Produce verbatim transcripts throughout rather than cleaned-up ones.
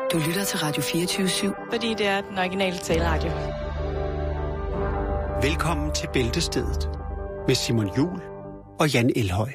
Du lytter til Radio fireogtyve syv. Fordi det er den originale taleradio. Velkommen til Bæltestedet med Simon Juhl og Jan Elhøj.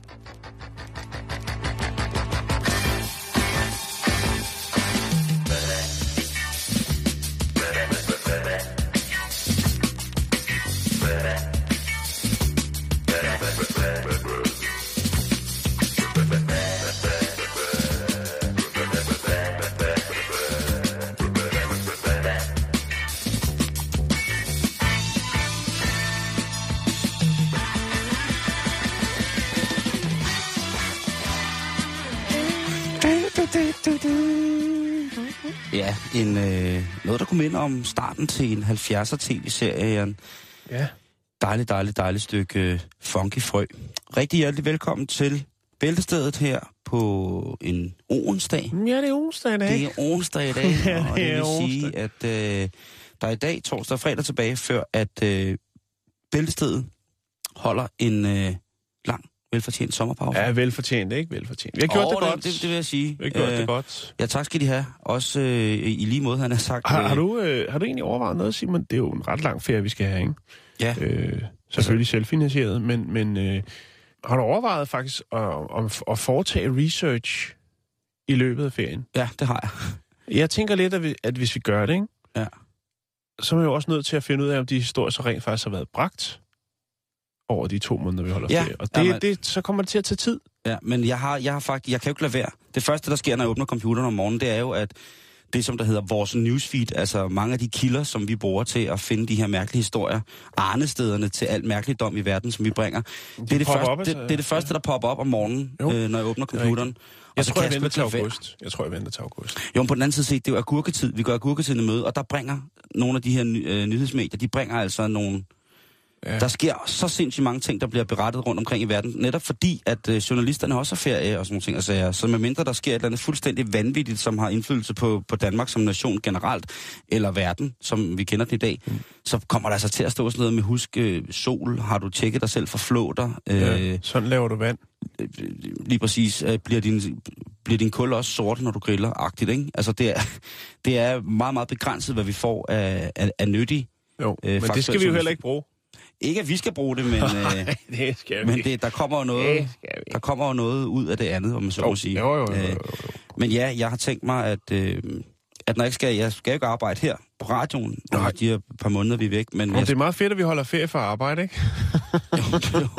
Ja, en, øh, noget, der kunne minde om starten til en halvfjerdser tv-serie, Jan. Ja. Dejligt, dejligt, dejligt stykke øh, funky frø. Rigtig hjertelig velkommen til Bæltestedet her på en onsdag. Ja, det er onsdag i dag. Det er onsdag i dag, ja, og det vil onsdag. sige, at øh, der er i dag, torsdag og fredag tilbage, før at øh, Bæltestedet holder en øh, lang, velfortjent sommerpause. Ja, velfortjent, ikke? Velfortjent. Vi har gjort oh, det godt. Det, det, det vil jeg sige. Vi har gjort øh, det godt. Ja, tak skal de have. Også øh, i lige måde, han har sagt. Har, øh, har, du, øh, har du egentlig overvejet noget, Simon? Det er jo en ret lang ferie, vi skal have, ikke? Ja. Øh, selvfølgelig selvfinansieret, men, men øh, har du overvejet faktisk at, at, at foretage research i løbet af ferien? Ja, det har jeg. Jeg tænker lidt, at, vi, at hvis vi gør det, ikke? Ja. Så er man jo også nødt til at finde ud af, om de historier så rent faktisk har været bragt over de to måneder, vi holder Ja, ferie. Og det, jamen, det, så kommer det til at tage tid. Ja, men jeg har, jeg har faktisk, jeg kan jo ikke lade være. Det første, der sker, når jeg åbner computeren om morgenen, det er jo, at det, som der hedder vores newsfeed, altså mange af de kilder, som vi bruger til at finde de her mærkelige historier, arnestederne til alt mærkeligdom i verden, som vi bringer, det er det, første, op, altså. det, det er det første, der popper op om morgenen, øh, når jeg åbner computeren. Jeg, og så tror, kan jeg venter til sgu ikke lade august. Jeg tror, jeg venter til august. være. Jo, men på den anden side set, det er jo agurketid. Vi går agurketid i møde, og der bringer nogle af de her øh, nyhedsmedier, de bringer altså nogle... Ja. Der sker så sindssygt mange ting, der bliver berettet rundt omkring i verden, netop fordi, at øh, journalisterne også har ferie og sådan nogle ting og sager. Så medmindre der sker et eller andet fuldstændig vanvittigt, som har indflydelse på, på Danmark som nation generelt, eller verden, som vi kender den i dag, mm. så kommer der altså til at stå sådan noget med, husk, øh, sol, har du tjekket dig selv for flåter? Øh, ja, sådan laver du vand. Øh, lige præcis. Øh, bliver, din, bliver din kul også sort, når du griller-agtigt, ikke? Altså, det er, det er meget, meget begrænset, hvad vi får af, af, af nyttig. Jo, øh, men det skal vi jo heller ikke bruge. Ikke at vi skal bruge det, men, Nej, det skal vi. men det, der kommer jo noget, der kommer jo noget ud af det andet, om man så må sige. Jo, jo, jo, jo, jo. Men ja, jeg har tænkt mig, at, øh, at når jeg skal, jeg skal jo ikke arbejde her på radioen, når de her par måneder, vi er væk. Men og jeg, det er meget fedt, at vi holder ferie for at arbejde, ikke? jo, jo.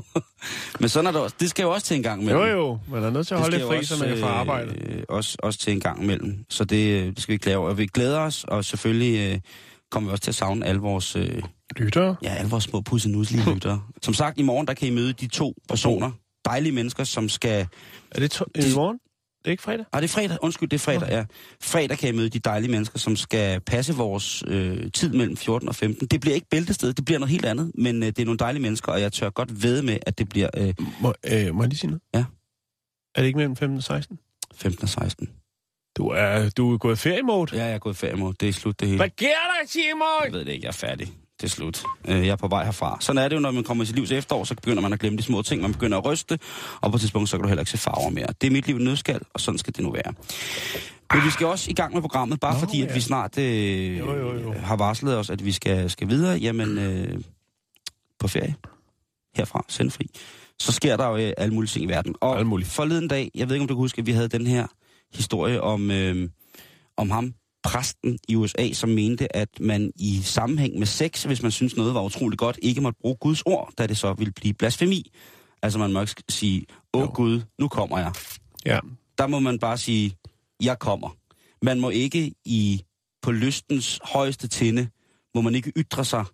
Men sådan er det også. Det skal jo også til en gang imellem. Jo, jo. Man er nødt til at holde lidt fri, så man kan få arbejde. Øh, også, også til en gang imellem. Så det, det skal vi klare over. Og vi glæder os, og selvfølgelig øh, kommer vi også til at savne alle vores... Øh, lyttere? Ja, alle vores små pussenuslige lyttere. Som sagt, i morgen, der kan I møde de to personer. Dejlige mennesker, som skal... Er det to- i morgen? Det er ikke fredag? Ah, det er fredag. Undskyld, det er fredag, ja. Fredag kan I møde de dejlige mennesker, som skal passe vores øh, tid mellem fjorten og femten. Det bliver ikke Bæltested, det bliver noget helt andet. Men øh, det er nogle dejlige mennesker, og jeg tør godt vædde med, at det bliver... Øh, må, øh, må jeg lige sige noget? Ja. Er det ikke mellem femten og seksten? femten og seksten. Du er, du er gået feriemode? Ja, jeg er gået feriemode. Det er slut, det hele. Hvad sker der, Simon? Jeg ved det ikke, jeg er færdig. Det er slut. Jeg er på vej herfra. Sådan er det jo, når man kommer i sit livs efterår, så begynder man at glemme de små ting. Man begynder at ryste, og på et tidspunkt, så kan du heller ikke se farver mere. Det er mit liv i nødskal, og sådan skal det nu være. Men vi skal også i gang med programmet, bare Nå, fordi, at ja. vi snart øh, jo, jo, jo. har varslet os, at vi skal, skal videre. Jamen, øh, på ferie. Herfra, sendfri. Så sker der jo øh, alle mulige ting i verden. Og forleden dag, jeg ved ikke, om du kan huske, at vi havde den her historie om, øh, om ham, præsten i U S A, som mente, at man i sammenhæng med sex, hvis man synes noget var utroligt godt, ikke måtte bruge Guds ord, da det så ville blive blasfemi. Altså man må ikke sige, åh jo. Gud, nu kommer jeg. Ja. Der må man bare sige, jeg kommer. Man må ikke i på lystens højeste tinde, må man ikke ytre sig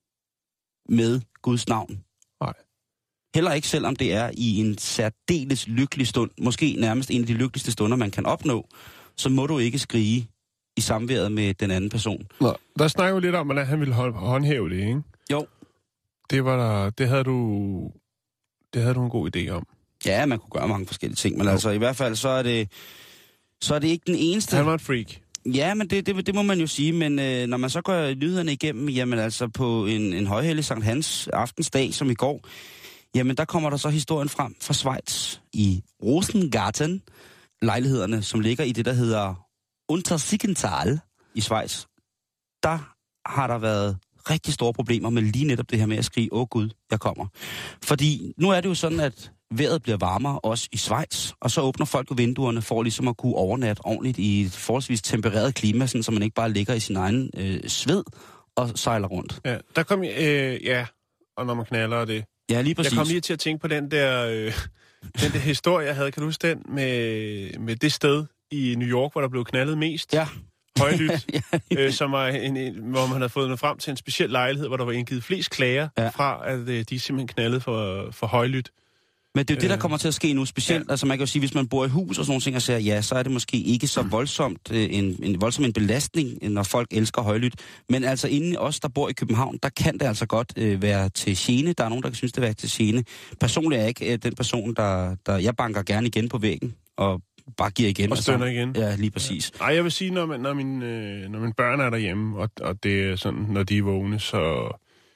med Guds navn. Nej. Heller ikke, selvom det er i en særdeles lykkelig stund, måske nærmest en af de lykkeligste stunder, man kan opnå, så må du ikke skrige i samværet med den anden person. Nå, der snakker jo lidt om, at han ville håndhæve det, ikke? Jo. Det var der, det havde du, det havde du en god idé om. Ja, man kunne gøre mange forskellige ting, men jo. altså i hvert fald så er det, så er det ikke den eneste. Han var en freak. Ja, men det, det, det må man jo sige, men øh, når man så går nyhederne igennem, jamen altså på en, en højhellig Sankt Hans aftensdag, som i går, jamen der kommer der så historien frem fra Schweiz i Rosengarten, lejlighederne, som ligger i det, der hedder Untersiggenthal i Schweiz, der har der været rigtig store problemer med lige netop det her med at skrige, åh Gud, jeg kommer. Fordi nu er det jo sådan, at vejret bliver varmere også i Schweiz, og så åbner folk jo vinduerne for ligesom at kunne overnatte ordentligt i et forholdsvis tempereret klima, sådan, så man ikke bare ligger i sin egen øh, sved og sejler rundt. Ja, der kom øh, ja, og når man knaller det. Ja, lige præcis. Jeg kom lige til at tænke på den der, øh, den der historie, jeg havde. Kan du huske den med, med det sted i New York, hvor der blev knaldet mest? Ja. Højlydt, ja. øh, som var en, en, hvor man havde fået noget frem til en speciel lejlighed, hvor der var indgivet flest klager ja. fra, at øh, de simpelthen knaldede for, for højlydt. Men det er jo det, der kommer til at ske nu specielt. Ja. Altså man kan jo sige, hvis man bor i hus og sådan nogle ting og siger, ja, så er det måske ikke så voldsomt en, en voldsom en belastning, når folk elsker højlydt. Men altså inden os, der bor i København, der kan det altså godt øh, være til gene. Der er nogen, der kan synes, det er til gene. Personligt er jeg ikke øh, den person, der, der... Jeg banker gerne igen på væggen og bare giver igen. Og stønner igen. Ja, lige præcis. Ja. Ej, jeg vil sige, når, man, når, min, øh, når mine børn er derhjemme, og, og det er sådan, når de er vågne, så...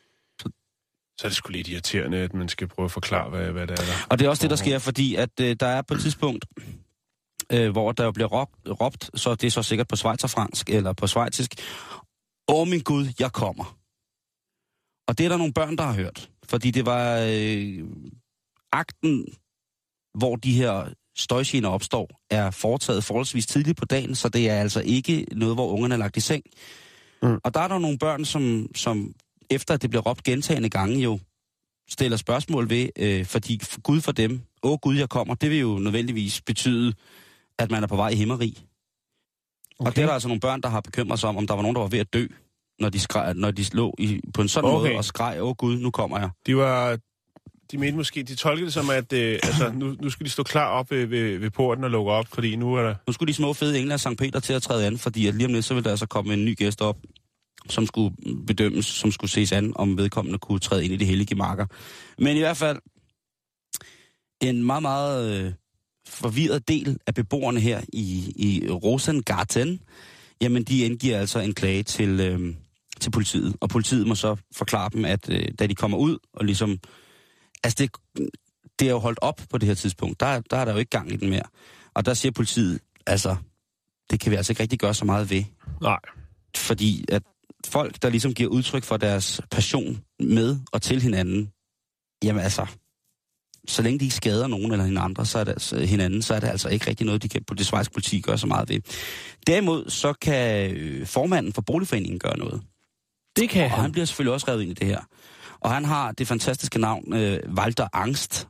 Så er det sgu lidt irriterende, at man skal prøve at forklare, hvad, hvad det er der. Og det er også det, der sker, fordi at øh, der er på et tidspunkt, øh, hvor der jo bliver råbt, råbt, så det er så sikkert på schweizerfransk eller på schweizisk, åh min Gud, jeg kommer. Og det er der nogle børn, der har hørt. Fordi det var øh, akten, hvor de her støjgener opstår, er foretaget forholdsvis tidligt på dagen, så det er altså ikke noget, hvor ungerne er lagt i seng. Mm. Og der er der nogle børn, som... som efter at det bliver råbt gentagne gange, jo stiller spørgsmål ved, øh, fordi Gud for dem, åh Gud, jeg kommer, det vil jo nødvendigvis betyde, at man er på vej i himmerig. Okay. Og det er der altså nogle børn, der har bekymret sig om, om der var nogen, der var ved at dø, når de, skreg, når de lå i, på en sådan okay. måde og skreg, åh Gud, nu kommer jeg. De var... De mente måske, de tolkede det som, at øh, altså, nu, nu skal de stå klar op ved, ved, ved porten og lukke op, fordi nu er der... Nu skulle de små fede engler af Sankt Peter til at træde an, fordi at lige om lidt, så vil der altså komme en ny gæst op, som skulle bedømmes, som skulle ses an, om vedkommende kunne træde ind i de hellige marker. Men i hvert fald, en meget, meget øh, forvirret del af beboerne her i, i Rosengarten, jamen de indgiver altså en klage til, øh, til politiet. Og politiet må så forklare dem, at øh, da de kommer ud, og ligesom... Altså det, det er jo holdt op på det her tidspunkt. Der, der er der jo ikke gang i den mere. Og der siger politiet, altså, det kan vi altså ikke rigtig gøre så meget ved. Nej. Fordi at folk, der ligesom giver udtryk for deres passion med og til hinanden, jamen altså, så længe de ikke skader nogen eller hinanden, så er det, altså, hinanden, så er det altså ikke rigtig noget, de kan på det schweiziske politi gøre så meget ved. Derimod, så kan formanden for boligforeningen gøre noget. Det kan og han. han bliver selvfølgelig også revet ind i det her. Og han har det fantastiske navn, øh, Walter Angst.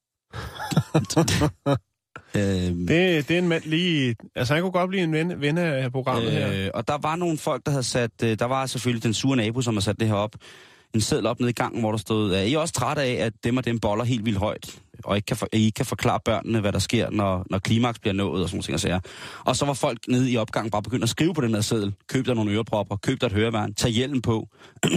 øhm, det, det er en mand lige... Altså, han kunne godt blive en ven, ven af programmet øh, her. Og der var nogle folk, der havde sat... Øh, der var selvfølgelig den sure nabo, som har sat det her op. En seddel op nede i gangen, hvor der stod, er I også trætte af, at dem og dem boller helt vildt højt, og ikke kan, for, I ikke kan forklare børnene, hvad der sker, når, når klimaks bliver nået, og sådan ting og sager. Og så var folk nede i opgangen bare begyndt at skrive på den her seddel. Køb dig nogle ørepropper, køb dig et høreværn, tag hjelmen på.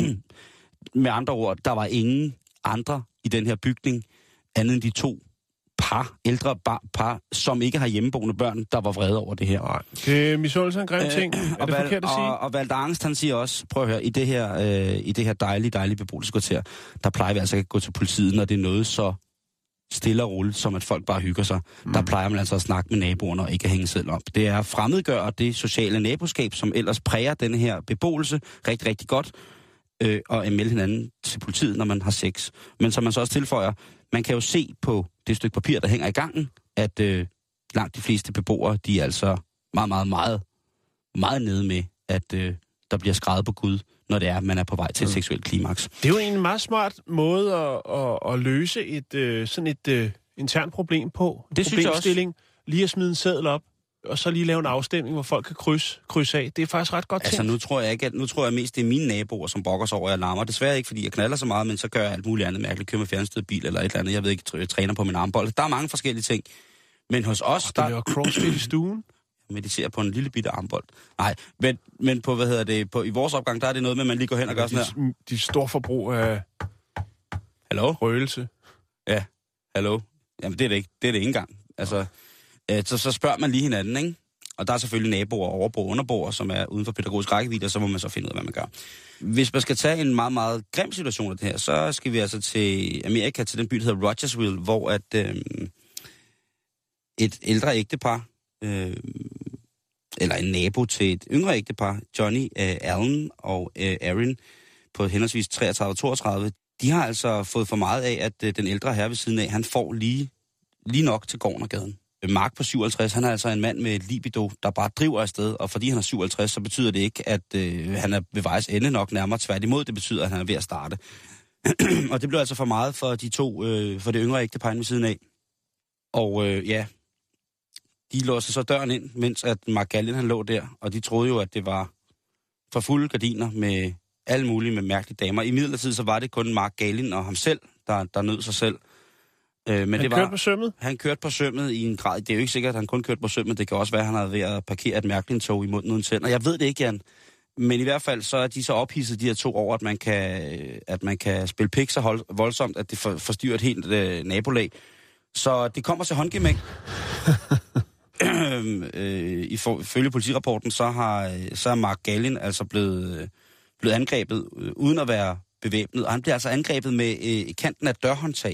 Med andre ord, der var ingen andre i den her bygning, andet end de to par, ældre bar, par, som ikke har hjemmeboende børn, der var vrede over det her. Nej, det er misundelse en grim ting. Øh, er og det Val, forkert at sige? Og, og Walter Angst, han siger også, prøv at høre, i det her, øh, i det her dejlige, dejlige beboelseskvarter, der plejer vi altså ikke at gå til politiet, når det er noget så stille og roligt, som at folk bare hygger sig. Mm. Der plejer man altså at snakke med naboerne og ikke at hænge selv op. Det er fremmedgør det sociale naboskab, som ellers præger denne her beboelse rigtig, rigtig godt, øh, og at melde hinanden til politiet, når man har sex. Men som man så også tilføjer, man kan jo se på det stykke papir, der hænger i gangen, at øh, langt de fleste beboere, de er altså meget, meget, meget, meget nede med, at øh, der bliver skrevet på Gud, når det er, at man er på vej til et mm. seksuelt klimaks. Det er jo en meget smart måde at, at, at løse et øh, sådan et øh, internt problem på. Det synes jeg også. Lige at smide en seddel op, og så lige lave en afstemning, hvor folk kan krydse, krydse af. Det er faktisk ret godt tænkt. Altså nu tror jeg ikke, at, nu tror jeg mest, det er mine naboer, som brokker sig over, at jeg larmer. Desværre ikke, fordi jeg knaller så meget, men så gør jeg alt muligt andet mærkeligt. Kører med fjernstyret bil eller et eller andet. Jeg ved ikke, jeg træner på min armbold. Der er mange forskellige ting. Men hos os, oh, der... Det er crossfit i stuen. Jeg mediterer på en lille bitte armbold. Nej, men, men på, hvad hedder det, på, i vores opgang, der er det noget med, at man lige går hen og gør sådan her. De store forbrug af... Hallo? Røgelse. Ja, hallo. Jamen det er det ikke. Det er det ikke engang. Altså, øh, så, så spørger man lige hinanden, ikke? Og der er selvfølgelig naboer, overbo og underboer, som er uden for pædagogisk rækkevidde, og så må man så finde ud af, hvad man gør. Hvis man skal tage en meget, meget grim situation af det her, så skal vi altså til Amerika, til den by, der hedder Rogersville, hvor at, øh, et ældre ægtepar, øh, eller en nabo til et yngre ægtepar, Johnny øh, Allen og øh, Erin, på henholdsvis treogtredive og toogtredive, de har altså fået for meget af, at øh, den ældre herre ved siden af, han får lige, lige nok til gården og gaden. Mark på syvoghalvtreds, han er altså en mand med et libido, der bare driver afsted, og fordi han er syvoghalvtreds, så betyder det ikke, at øh, han er ved vejs ende nok nærmere. Tværtimod, det betyder, at han er ved at starte. Og det blev altså for meget for de to, øh, for det yngre ægtepar ved siden af. Og øh, ja, de låste så døren ind, mens at Mark Gallen han lå der, og de troede jo, at det var for fulde gardiner med alle mulige med mærkelige damer. I midlertid så var det kun Mark Gallen og ham selv, der, der nød sig selv. Øh, men han det var, kørte på sømmet? Han kørte på sømmet i en grad. Det er jo ikke sikkert, at han kun kørte på sømmet. Det kan også være, at han havde ved at parkere et mærkeligt tog i munden uden tænder. Jeg ved det ikke, Jan. Men i hvert fald så er de så ophidset, de her to, over, at man kan, at man kan spille pik så hold, voldsomt, at det for, forstyrrer et helt øh, nabolag. Så det kommer til håndgemæng. øh, Ifølge politirapporten, så har så er Mark Gallen altså blevet, blevet angrebet øh, uden at være bevæbnet. Og han bliver altså angrebet med øh, kanten af dørhåndtag.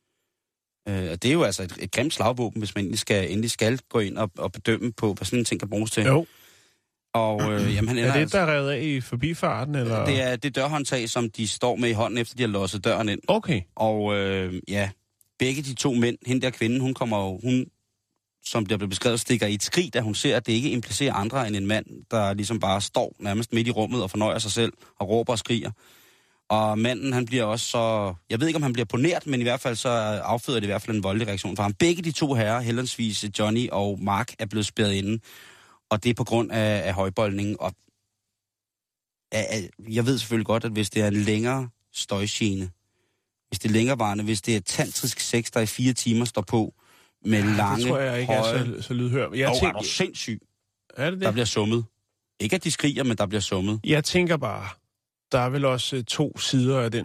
Øh, og det er jo altså et, et grimt slagvåben, hvis man endelig skal, endelig skal gå ind og, og bedømme på, hvad sådan en ting kan bruges til. Jo. Og, øh, jamen, han er det, altså, der er revet af i forbifarten, eller? Det er det dørhåndtag, som de står med i hånden, efter de har låset døren ind. Okay. Og øh, ja, begge de to mænd, hende der kvinde, hun kommer jo, hun, som der blev beskrevet, stikker i et skrig, da hun ser, at det ikke implicerer andre end en mand, der ligesom bare står nærmest midt i rummet og fornøjer sig selv og råber og skriger. Og manden, han bliver også så... Jeg ved ikke, om han bliver poneret, men i hvert fald så afføder det i hvert fald en voldelig reaktion for ham. Begge de to herrer, henholdsvis Johnny og Mark, er blevet spærret inde. Og det er på grund af, af højboldningen. Og af, jeg ved selvfølgelig godt, at hvis det er en længere støjgene, hvis det er længerevarende, hvis det er tantrisk sex, der i fire timer står på, med ja, lange, det tror jeg ikke høje... er så, så lydhør. Jeg og tænker... er du sindssyg? Er det det? Der bliver summet. Ikke at de skriger, men der bliver summet. Jeg tænker bare... Der er vel også to sider af den,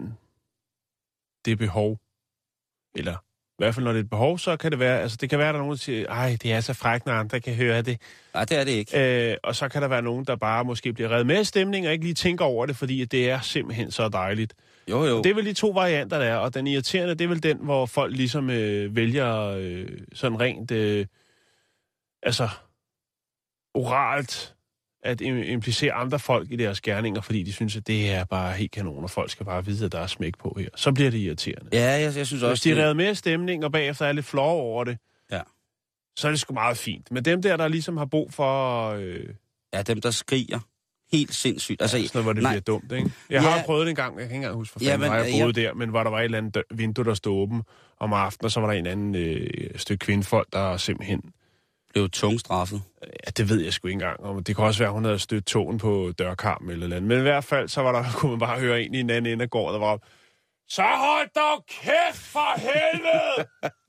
det behov. Eller i hvert fald, når det er et behov, så kan det være, altså det kan være, at der er nogen, der siger, ej, det er så frækt, når andre kan høre det. Nej, det er det ikke. Øh, og så kan der være nogen, der bare måske bliver reddet med stemning, og ikke lige tænker over det, fordi det er simpelthen så dejligt. Jo, jo. Og det er vel de to varianter, der er, og den irriterende, det er vel den, hvor folk ligesom øh, vælger øh, sådan rent, øh, altså, oralt, at implicere andre folk i deres gerninger, fordi de synes, at det er bare helt kanon, og folk skal bare vide, at der er smæk på her. Så bliver det irriterende. Ja, jeg, jeg synes også... Hvis de er revet med stemning, og bagefter er lidt flove over det, ja. Så er det sgu meget fint. Men dem der, der ligesom har brug for... Øh... Ja, dem der skriger helt sindssygt. Altså, ja, sådan noget, hvor det nej. bliver dumt, ikke? Jeg ja. har prøvet det en gang, jeg kan ikke engang huske, for fanden, ja, jeg boede ja. der, men hvor der var et eller andet vindue, der stod åben om aftenen, og så var der en anden øh, stykke kvindefolk, der simpelthen... blev tungstraffet. Ja, det ved jeg sgu ikke engang. Og det kan også være, at hun havde stødt tåen på dørkarmen eller noget. Men i hvert fald, så var der, kunne man bare høre en i en anden ende af gården, der var så hold dog kæft for helvede!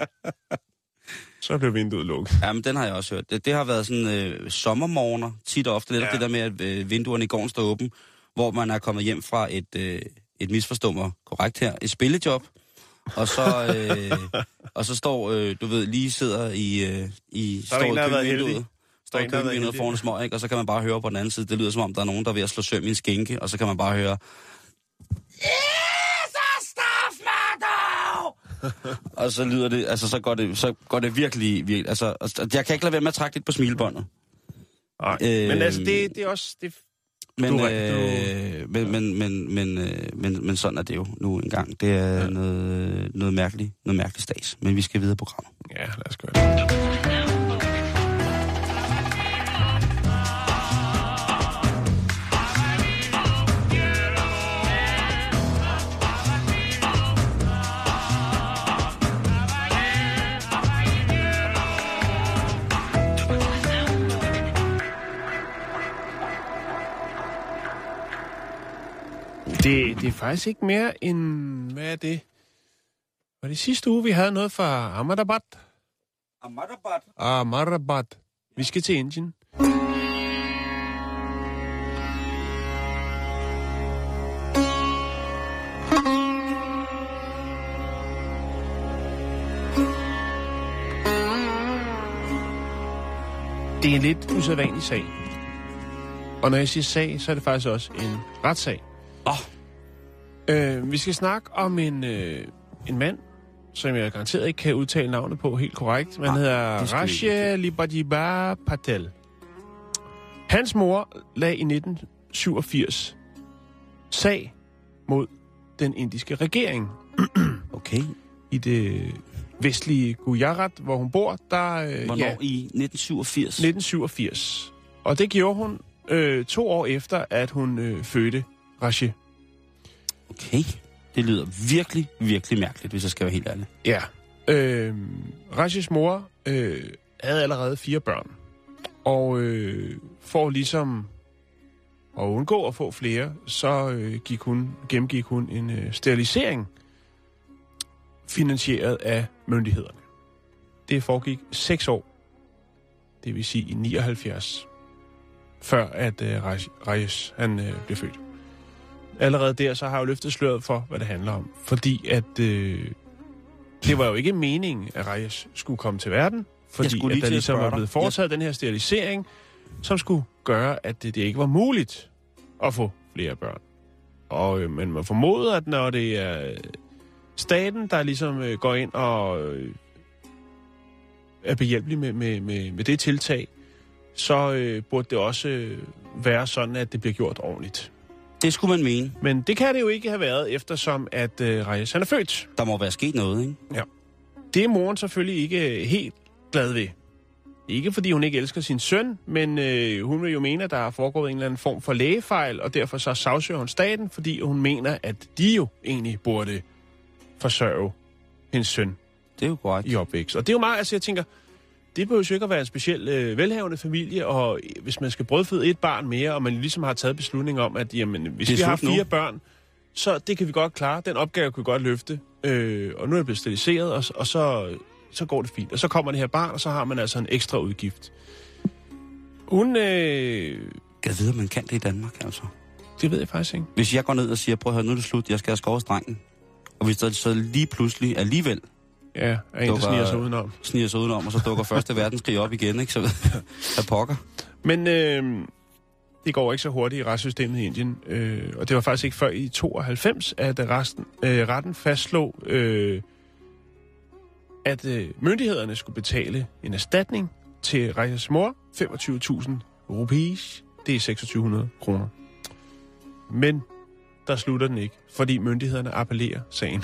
Så blev vinduet lukket. Jamen, den har jeg også hørt. Det, det har været sådan øh, sommermorgener, tit og ofte. Lidt ja. Det der med, at øh, vinduerne i gården står åben, hvor man er kommet hjem fra et, øh, et misforstå mig korrekt her, et spillejob. Og så, øh, og så står, øh, du ved, lige sidder i, øh, i står i køkkenvinduet. Står i køkkenvinduet foran små, ikke? Og så kan man bare høre på den anden side. Det lyder som om, der er nogen, der er ved at slå søm i en skænke, og så kan man bare høre... Jesus, straf mig dog! Og så lyder det, altså så går det, så går det virkelig, virkelig, altså, jeg kan ikke lade være med at trække lidt på smilebåndet. Nej, øh, men altså, det, det er også... Det... Men, du, øh, du... men, men, men, men, øh, men, men sådan er det jo nu engang. Det er ja. noget, noget mærkeligt, noget mærkeligt stads. Men vi skal videre på programmet. Ja, lad os gøre det. Det, det er faktisk ikke mere end... Hvad er det? Var det sidste uge, vi havde noget fra Ahmedabad? Ahmedabad? Ahmedabad. Vi skal til Indien. Det er en lidt usædvanlig sag. Og når jeg siger sag, så er det faktisk også en retssag. Åh. Oh. Øh, vi skal snakke om en, øh, en mand, som jeg garanteret ikke kan udtale navnet på helt korrekt. Man ah, hedder Rashia Libadiba Patel. Hans mor lagde i nitten syvogfirs sag mod den indiske regering. Okay. I det vestlige Gujarat, hvor hun bor, der... Øh, Hvornår? ja, I nitten syvogfirs? nitten syvogfirs. Og det gjorde hun øh, to år efter, at hun øh, fødte Rajee. Okay. Det lyder virkelig, virkelig mærkeligt, hvis jeg skal være helt ærlig. Ja. Øh, Rajees mor øh, havde allerede fire børn. Og øh, for ligesom at undgå at få flere, så øh, gik hun, gennemgik hun en øh, sterilisering, finansieret af myndighederne. Det foregik seks år, det vil sige i nioghalvfjerds, før at øh, Rajees han øh, blev født. Allerede der, så har jeg jo løftet sløret for, hvad det handler om. Fordi at øh, det var jo ikke meningen, at Rajees skulle komme til verden, fordi at der ligesom var blevet foretaget den her sterilisering, som skulle gøre, at det, det ikke var muligt at få flere børn. Og øh, men man formoder, at når det er staten, der ligesom øh, går ind og øh, er behjælpelig med, med, med, med det tiltag, så øh, burde det også øh, være sådan, at det bliver gjort ordentligt. Det skulle man mene. Men det kan det jo ikke have været, eftersom at øh, Rajees han er født. Der må være sket noget, ikke? Ja. Det er moren selvfølgelig ikke helt glad ved. Ikke fordi hun ikke elsker sin søn, men øh, hun vil jo mene, at der er foregået en eller anden form for lægefejl, og derfor så sagsøger hun staten, fordi hun mener, at de jo egentlig burde forsørge hendes søn. Det er jo korrekt. I opvækst. Og det er jo meget, altså jeg tænker, det behøver jo ikke at være en speciel øh, velhavende familie, og hvis man skal brødføde et barn mere, og man ligesom har taget beslutning om, at jamen, hvis vi har fire nu. børn, så det kan vi godt klare, den opgave kan vi godt løfte, øh, og nu er det blevet steriliseret, og, og så, så går det fint. Og så kommer det her barn, og så har man altså en ekstra udgift. Hun... Øh... Jeg ved, at man kan det i Danmark, altså. Det ved jeg faktisk ikke. Hvis jeg går ned og siger, prøv at høre, nu er det slut, jeg skal have skåret strengen. Og hvis der så lige pludselig alligevel... Ja, er en, der sniger sig udenom. Sniger sig udenom, og så dukker første verdenskrig op igen, ikke? Så der pokker. Men øh, det går ikke så hurtigt i retssystemet i Indien. Øh, og det var faktisk ikke før i tooghalvfems, at resten, øh, retten fastslog, øh, at øh, myndighederne skulle betale en erstatning til Rajees mor, femogtyve tusind rupees. Det er seksogtyve hundrede kroner. Men der slutter den ikke, fordi myndighederne appellerer sagen.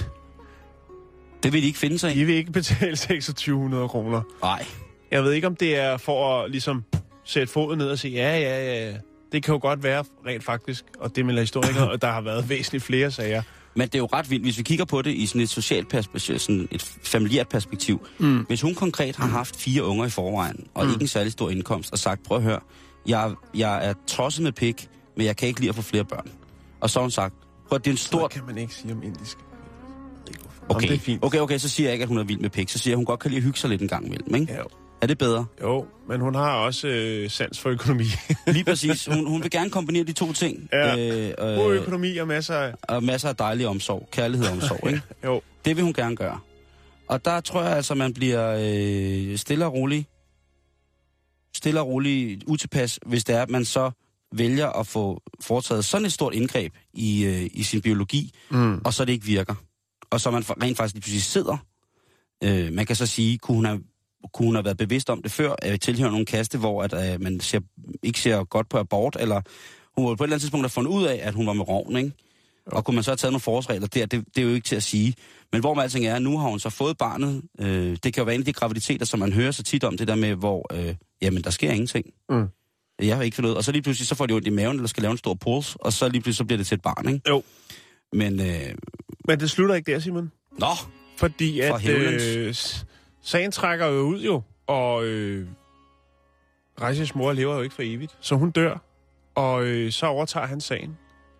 Det vil de ikke finde sig i? De vil ikke betale seksogtyve hundrede kroner. Nej. Jeg ved ikke, om det er for at ligesom sætte foden ned og sige, ja, ja, ja, det kan jo godt være rent faktisk, og det melder historikere, og der har været væsentligt flere sager. Men det er jo ret vildt, hvis vi kigger på det i sådan et socialt perspektiv, sådan et familiært perspektiv. Mm. Hvis hun konkret har haft fire unger i forvejen, og mm. ikke en særlig stor indkomst, og sagt, prøv at høre, jeg, jeg er tosset med pik, men jeg kan ikke lide at få flere børn. Og så har hun sagt, prøv at det er en stor... Det kan man ikke sige om indisk. Okay. Det er fint. okay, okay, så siger jeg ikke, at hun er vild med pik. Så siger jeg, at hun godt kan lide at hygge sig lidt en gang imellem, ikke? Ja. Er det bedre? Jo, men hun har også øh, sans for økonomi. Lige præcis. Hun, hun vil gerne kombinere de to ting. Ja, øh, god økonomi og masser af... Og masser af dejlig omsorg. Kærlighed og omsorg, ikke? Jo. Det vil hun gerne gøre. Og der tror jeg altså, man bliver øh, stille og rolig, stille og rolig utilpas, hvis det er, at man så vælger at få foretaget sådan et stort indgreb i, øh, i sin biologi, mm. og så det ikke virker. Og så man rent faktisk lige pludselig sidder. Øh, man kan så sige, kunne hun, have, kunne hun have været bevidst om det før, øh, tilhører nogle kaste, hvor at, øh, man ser, ikke ser godt på abort, eller hun var på et eller andet tidspunkt have fundet ud af, at hun var med rovn, ikke? Jo. Og kunne man så have taget nogle forholdsregler der, det, det er jo ikke til at sige. Men hvor man alting er, nu har hun så fået barnet. Øh, det kan jo være en af de graviditeter, som man hører så tit om, det der med, hvor, øh, jamen, der sker ingenting. Mm. Jeg har ikke fundet ud. Og så lige pludselig, så får de ondt i maven, eller skal lave en stor puls, og så lige pludselig, så bliver det til et barn, ikke? Jo. Men, øh... Men det slutter ikke der, Simon. Nå! Fordi at øh, sagen trækker jo ud jo, og øh, Rajees mor lever jo ikke for evigt, så hun dør, og øh, så overtager han sagen.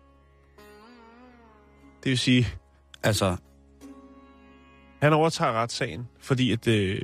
Det vil sige... Altså... Han overtager retssagen, fordi at... Øh,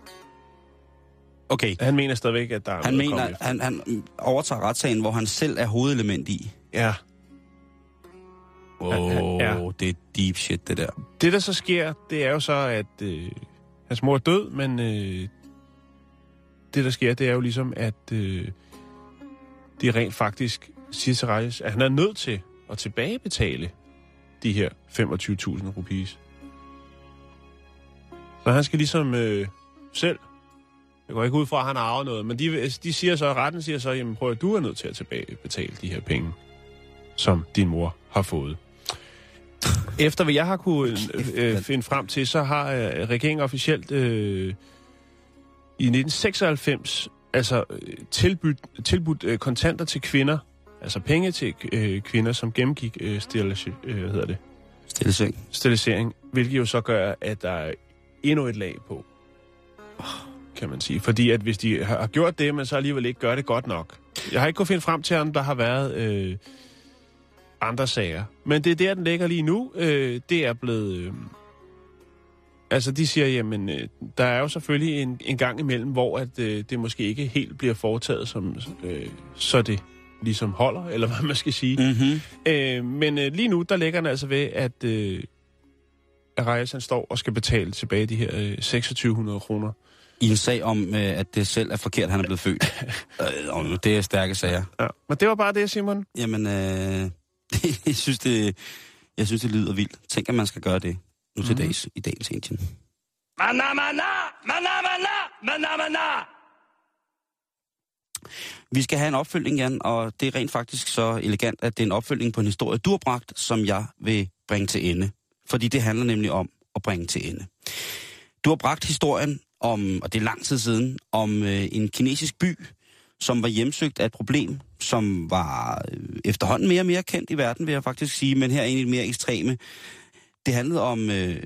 okay. Han mener stadigvæk, at der er han noget mener, han, han overtager retssagen, hvor han selv er hovedelement i. Ja. Åh, oh, ja. Det er deep shit, det der. Det, der så sker, det er jo så, at øh, hans mor er død, men øh, det, der sker, det er jo ligesom, at øh, de rent faktisk siger til Rajees, at han er nødt til at tilbagebetale de her femogtyve tusind rupees. Så han skal ligesom øh, selv Jeg går ikke ud fra, at han har arvet noget, men de, de siger så, retten siger så, jamen prøv at du er nødt til at tilbage betale de her penge, som din mor har fået. Efter hvad jeg har kunne øh, finde frem til, så har øh, regeringen officielt øh, i nitten seksoghalvfems altså tilbudt, tilbudt øh, kontanter til kvinder, altså penge til øh, kvinder, som gennemgik øh, sterilisering, øh, hvad hedder det? Sterilisering. Sterilisering, hvilket jo så gør, at der er endnu et lag på, kan man sige. Fordi at hvis de har gjort det, men så alligevel ikke gør det godt nok. Jeg har ikke kunnet finde frem til, om der har været øh, andre sager. Men det er der, den ligger lige nu. Øh, det er blevet... Øh, altså, de siger, jamen, øh, der er jo selvfølgelig en, en gang imellem, hvor at, øh, det måske ikke helt bliver foretaget, som, øh, så det ligesom holder, eller hvad man skal sige. Mm-hmm. Øh, men øh, lige nu, der ligger den altså ved, at øh, Arias, han står og skal betale tilbage de her øh, seksogtyve hundrede kroner. I en sag om, øh, at det selv er forkert, han er blevet født. øh, det er stærke sager. Ja. Men det var bare det, Simon. Jamen, øh, jeg, synes, det, jeg synes, det lyder vildt. Tænk, at man skal gøre det nu til mm. dags i dagens Indien. Mana, mana, mana, mana, mana, mana. Vi skal have en opfølging, Jan, og det er rent faktisk så elegant, at det er en opfølging på en historie, du har bragt, som jeg vil bringe til ende. Fordi det handler nemlig om at bringe til ende. Du har bragt historien om, og det er lang tid siden, om øh, en kinesisk by, som var hjemsøgt af et problem, som var øh, efterhånden mere og mere kendt i verden, vil jeg faktisk sige, men her er egentlig mere ekstreme. Det handlede om øh,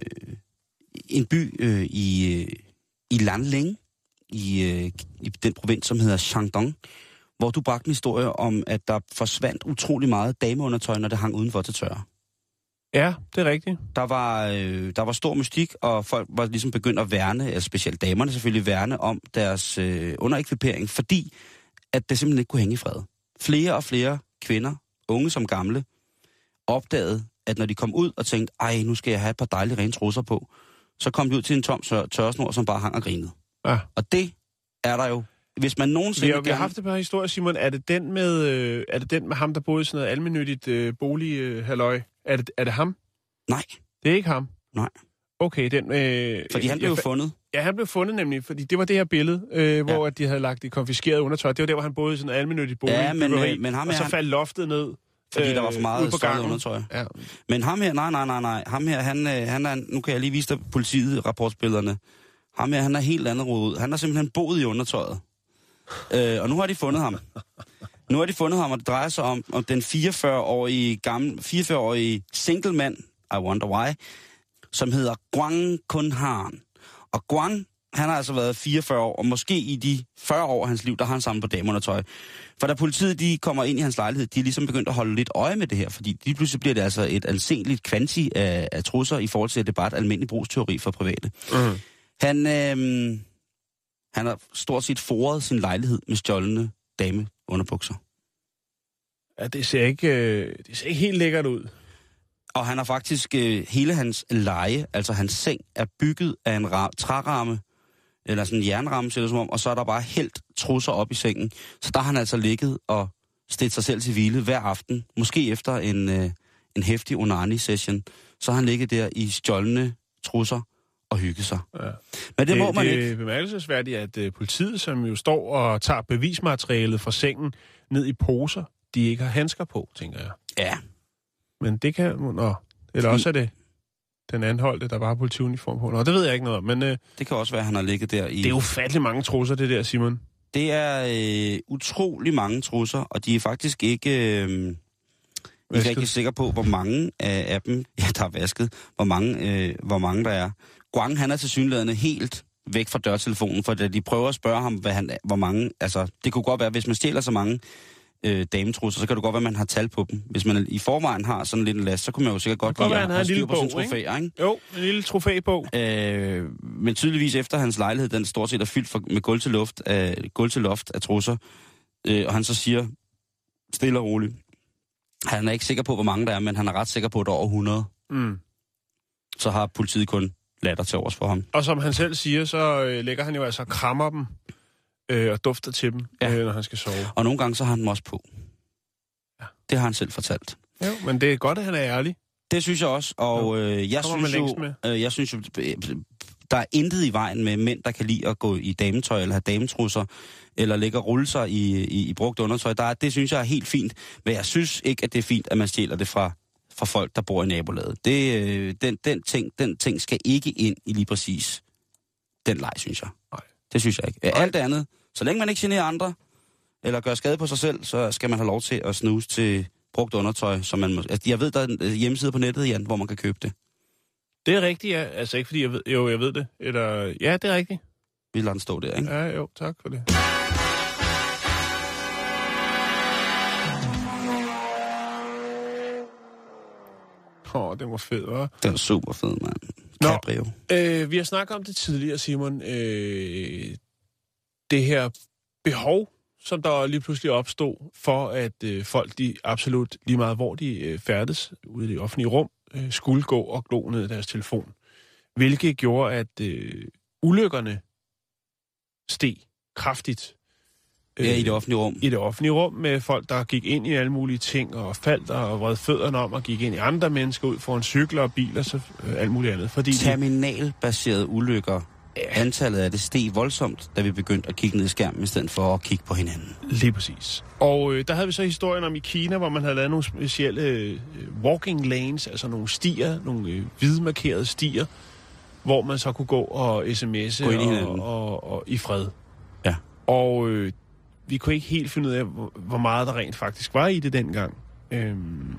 en by øh, i, øh, i Lanling, i, øh, i den provins, som hedder Shandong, hvor du bragte en historie om, at der forsvandt utrolig meget dameundertøj, når det hang udenfor til tørre. Ja, det er rigtigt. Der var, øh, der var stor mystik, og folk var ligesom begyndt at værne, altså specielt damerne selvfølgelig, værne om deres øh, underekvipering, fordi at det simpelthen ikke kunne hænge i fred. Flere og flere kvinder, unge som gamle, opdagede, at når de kom ud og tænkte, ej, nu skal jeg have et par dejlige rene trusser på, så kom de ud til en tom tørresnor, som bare hang og grinede. Ja. Og det er der jo. Hvis man nogensinde vi har, vi har haft et par historier, Simon. Er det den med, øh, er det den med ham, der boede i sådan noget almennyttigt øh, bolig, øh, halløj? Er det, er det ham? Nej. Det er ikke ham? Nej. Okay, den... Øh, fordi han blev jo fundet. Ja, han blev fundet nemlig, fordi det var det her billede, øh, hvor ja. at de havde lagt det konfiskeret undertøj. Det var der, hvor han boede i sådan en almennyttig bolig. Ja, men, øh, men ham og så han... faldt loftet ned. Fordi øh, der var for meget støjet undertøj. Ja. Men ham her, nej, nej, nej, nej. Ham her, han, han er, nu kan jeg lige vise dig politiet rapportbillederne. Ham her, han er helt andet rodet. Han har simpelthen boet i undertøjet. øh, og nu har de fundet ham. Nu har de fundet ham, og det drejer sig om, om den fireogfyrre-årige gamle, fireogfyrre-årige single mand, I wonder why, som hedder Guang Kunhan. Og Guang, han har altså været fireogfyrre år, og måske i de fyrre år af hans liv, der har han samlet på dameundertøj. For da politiet de kommer ind i hans lejlighed, de er ligesom begyndt at holde lidt øje med det her, fordi lige pludselig bliver det altså et anseligt kvanti af, af trusser i forhold til, at det bare er et almindeligt brugsteori for private. Mm. Han, øh, han har stort set foret sin lejlighed med stjålne dameunderbukser. Ja, det ser ikke, øh, det ser ikke helt lækkert ud. Og han har faktisk, øh, hele hans leje, altså hans seng, er bygget af en ra- træramme, eller sådan en jernramme, ser det som om, og så er der bare helt trusser op i sengen. Så der har han altså ligget og stedt sig selv til hvile hver aften, måske efter en, øh, en heftig onani-session. Så har han ligget der i stjålne trusser og hygget sig. Ja. Men det, det må man det ikke. Det er bemærkelsesværdigt, at uh, politiet, som jo står og tager bevismaterialet fra sengen ned i poser, de ikke har handsker på, tænker jeg. Ja. Men det kan... Nå, eller også er det den anholdte, der bare har politiuniform på. Nå, det ved jeg ikke noget om, men... Uh, det kan også være, at han har ligget der i... Det er ufattelig mange trusser, det der, Simon. Det er øh, utrolig mange trusser, og de er faktisk ikke... Øh, jeg er ikke sikker på, hvor mange af, af dem... Ja, der er vasket. Hvor mange, øh, hvor mange der er. Guang, han er tilsyneladende helt væk fra dørtelefonen, for da de prøver at spørge ham, hvad han, hvor mange... Altså, det kunne godt være, hvis man stjæler så mange øh, dametrusser, så kan det godt være, at man har tal på dem. Hvis man i forvejen har sådan en lille last, så kunne man jo sikkert godt lide at have styr på sin trofæer, ikke? Jo, en lille trofæbog. Øh, men tydeligvis efter hans lejlighed, den stort set er fyldt for, med gulv til luft af, gulv til loft af trusser, øh, og han så siger, stille og roligt, han er ikke sikker på, hvor mange der er, men han er ret sikker på, at der er over hundrede. Mm. Så har politiet kun latter til overs for ham. Og som han selv siger, så øh, lægger han jo altså krammer dem øh, og dufter til dem, ja. øh, når han skal sove. Og nogle gange så har han dem også på. Ja. Det har han selv fortalt. Jo, men det er godt, at han er ærlig. Det synes jeg også, og øh, jeg, synes jo, øh, jeg synes jo, Der er intet i vejen med mænd, der kan lide at gå i dametøj, eller have dametrusser, eller ligge og rulle sig i, i, i brugt undertøj. Der er, det synes jeg er helt fint, men jeg synes ikke, at det er fint, at man stjæler det fra, fra folk, der bor i nabolaget. Det, øh, den, den, ting, den ting skal ikke ind i lige præcis den leg, synes jeg. Nej. Det synes jeg ikke. Nej. Alt andet, så længe man ikke generer andre, eller gør skade på sig selv, så skal man have lov til at snuse til brugt undertøj. Som man må, altså, jeg ved, der er en hjemmeside på nettet, Jan, hvor man kan købe det. Det er rigtigt, ja. Altså ikke fordi jeg ved, jo, jeg ved det. Eller, ja, det er rigtigt. Vi lader den stå der, ikke? Ja, jo, tak for det. Åh, oh, den var fed, hva'? Den var super fed, mand. Nå, øh, vi har snakket om det tidligere, Simon. Øh, det her behov, som der lige pludselig opstod, for at øh, folk, de absolut lige meget, hvor de øh, færdes ude i det offentlige rum, øh, skulle gå og glo ned i deres telefon. Hvilket gjorde, at øh, ulykkerne steg kraftigt. Øh, ja, i det offentlige rum. I det offentlige rum, med folk, der gik ind i alle mulige ting, og faldt og vred fødderne om, og gik ind i andre mennesker ud foran cykler og biler, så øh, alt muligt andet. Fordi terminalbaserede ulykker. Ja. Antallet af det steg voldsomt, da vi begyndte at kigge ned i skærmen, i stedet for at kigge på hinanden. Lige præcis. Og øh, der havde vi så historien om i Kina, hvor man havde lavet nogle specielle øh, walking lanes, altså nogle stier, nogle øh, hvidmarkerede stier, hvor man så kunne gå og sms'e og, og, og, og i fred. Ja. Og øh, vi kunne ikke helt finde ud af, hvor, hvor meget der rent faktisk var i det dengang. Øhm,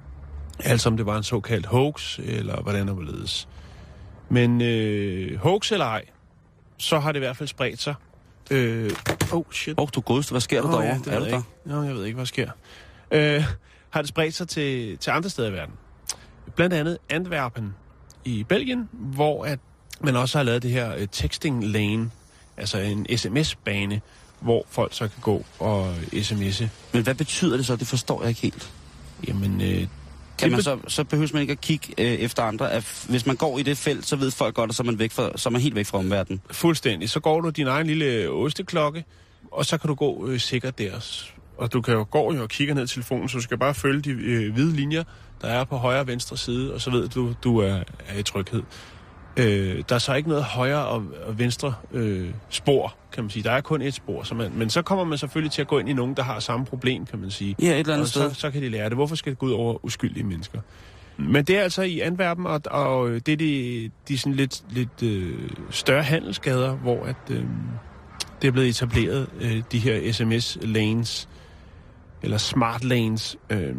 altså om det var en såkaldt hoax, eller hvordan det var ledes. Men øh, hoax eller ej, så har det i hvert fald spredt sig. Øh, oh, shit. Åh, oh, du godeste, hvad sker der oh, derovre? Ja, det er der? Nå, jeg ved ikke, hvad der sker. Øh, har det spredt sig til, til andre steder i verden. Blandt andet Antwerpen i Belgien, hvor at man også har lavet det her uh, texting lane, altså en sms-bane, hvor folk så kan gå og sms'e. Men hvad betyder det så? Det forstår jeg ikke helt. Jamen, øh, kan man så, så behøver man ikke at kigge øh, efter andre. At hvis man går i det felt, så ved folk godt, at så er man, væk fra, så er man helt væk fra omverdenen. Fuldstændig. Så går du din egen lille osteklokke, og så kan du gå øh, sikkert der. Og du kan jo gå og kigge ned i telefonen, så du skal bare følge de øh, hvide linjer, der er på højre og venstre side, og så ved du, du er, er i tryghed. Øh, der er så ikke noget højre og, og venstre øh, spor, kan man sige. Der er kun et spor. Så man, men så kommer man selvfølgelig til at gå ind i nogen, der har samme problem, kan man sige. Ja, et eller andet og sted. Så, så kan de lære det. Hvorfor skal det gå ud over uskyldige mennesker? Men det er altså i Antwerpen, og, og det er de, de sådan lidt, lidt øh, større handelsgader, hvor at, øh, det er blevet etableret, øh, de her sms-lanes, eller smart lanes. Øh,